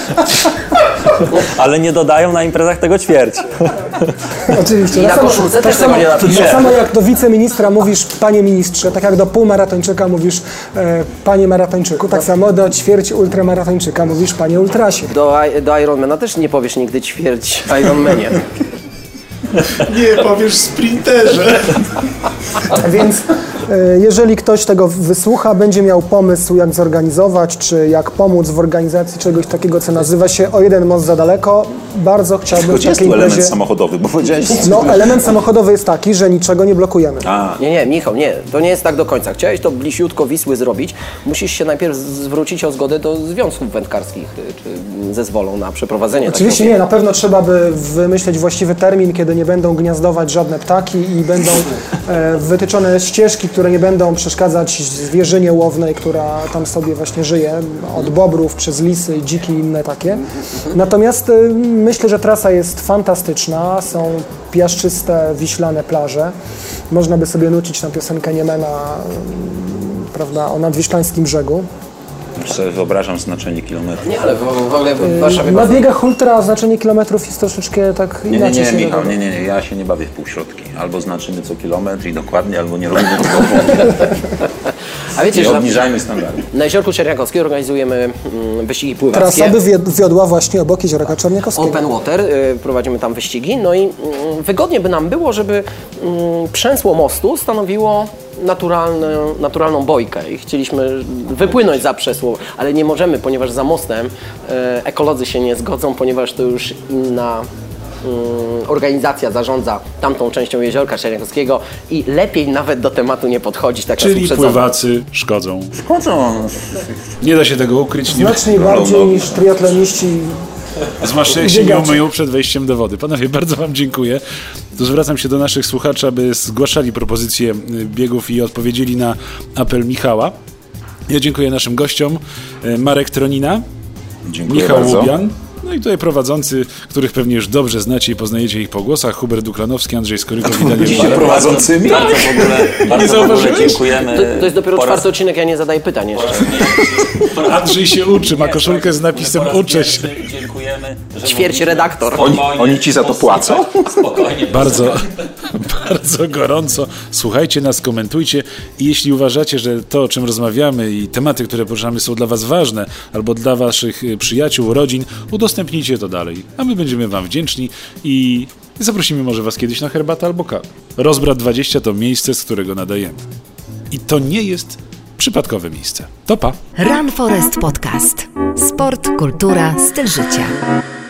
Ale nie dodają na imprezach tego ćwierć. Oczywiście. I na koszulce też tego nie napisze. Tak samo jak do wiceministra mówisz panie ministrze, tak jak do półmaratończyka mówisz panie maratończyku, tak samo do ćwierć ultramaratończyka mówisz panie ultrasie. Do Ironmana też nie powiesz nigdy ćwierć Ironmanie. Nie powiesz sprinterze. Więc jeżeli ktoś tego wysłucha, będzie miał pomysł, jak zorganizować, czy jak pomóc w organizacji czegoś takiego, co nazywa się O jeden most za daleko, bardzo chciałbym w takiej imprezie... element samochodowy, bo powiedziałeś... No, element samochodowy jest taki, że niczego nie blokujemy. Nie, Michał, nie. To nie jest tak do końca. Chciałeś to bliziutko Wisły zrobić, musisz się najpierw zwrócić o zgodę do związków wędkarskich, czy zezwolą na przeprowadzenie. Oczywiście nie, na pewno trzeba by wymyśleć właściwy termin, kiedy nie będą gniazdować żadne ptaki i będą wytyczone ścieżki, które nie będą przeszkadzać zwierzynie łownej, która tam sobie właśnie żyje, od bobrów przez lisy, dziki i inne takie. Natomiast myślę, że trasa jest fantastyczna, są piaszczyste, wiślane plaże. Można by sobie nucić tam piosenkę Niemena, prawda, o nadwiślańskim brzegu. Już sobie wyobrażam znaczenie kilometrów. Nie, ale w ogóle w Warszawie... Na biegach ultra znaczenie kilometrów jest troszeczkę tak inaczej. Nie, Michał, nie, ja się nie bawię w półśrodki. Albo znaczymy co kilometr i dokładnie, albo nie robimy tego. A wiecie, Nie że obniżajmy standardu. na Jeziorku Czerniakowskim organizujemy wyścigi pływackie. Trasa by wiodła właśnie obok Jeziora Czerniakowskiego. Open water, prowadzimy tam wyścigi, no i wygodnie by nam było, żeby przęsło mostu stanowiło naturalną bojkę i chcieliśmy wypłynąć za przesło, ale nie możemy, ponieważ za mostem ekolodzy się nie zgodzą, ponieważ to już inna organizacja zarządza tamtą częścią Jeziorka Czerniakowskiego i lepiej nawet do tematu nie podchodzić. Tak Czyli pływacy szkodzą. Nie da się tego ukryć. Znacznie bardziej niż triatloniści. Zwłaszcza jak się nie umyją przed wejściem do wody. Panowie, bardzo wam dziękuję. To zwracam się do naszych słuchaczy, aby zgłaszali propozycje biegów i odpowiedzieli na apel Michała. Ja dziękuję naszym gościom. Marek Tronina, Dziękuję Michał bardzo. Łubian, no i tutaj prowadzący, których pewnie już dobrze znacie i poznajecie ich po głosach, Hubert Duklanowski, Andrzej Skorykow i Daniel Malek. Prowadzącymi? Bardzo w ogóle dziękujemy. To jest dopiero czwarty odcinek, ja nie zadaję pytań jeszcze. Andrzej się uczy, ma koszulkę z napisem uczę się. Dziękujemy. Ćwierć redaktor. Oni ci za to płacą? Spokojnie. Bardzo gorąco. Słuchajcie nas, komentujcie i jeśli uważacie, że to, o czym rozmawiamy i tematy, które poruszamy są dla was ważne albo dla waszych przyjaciół, rodzin, udostępnijcie to dalej, a my będziemy wam wdzięczni i zaprosimy może was kiedyś na herbatę albo kawę. Rozbrat 20 to miejsce, z którego nadajemy. I to nie jest przypadkowe miejsce. To pa! Run Forest Podcast. Sport, kultura, styl życia.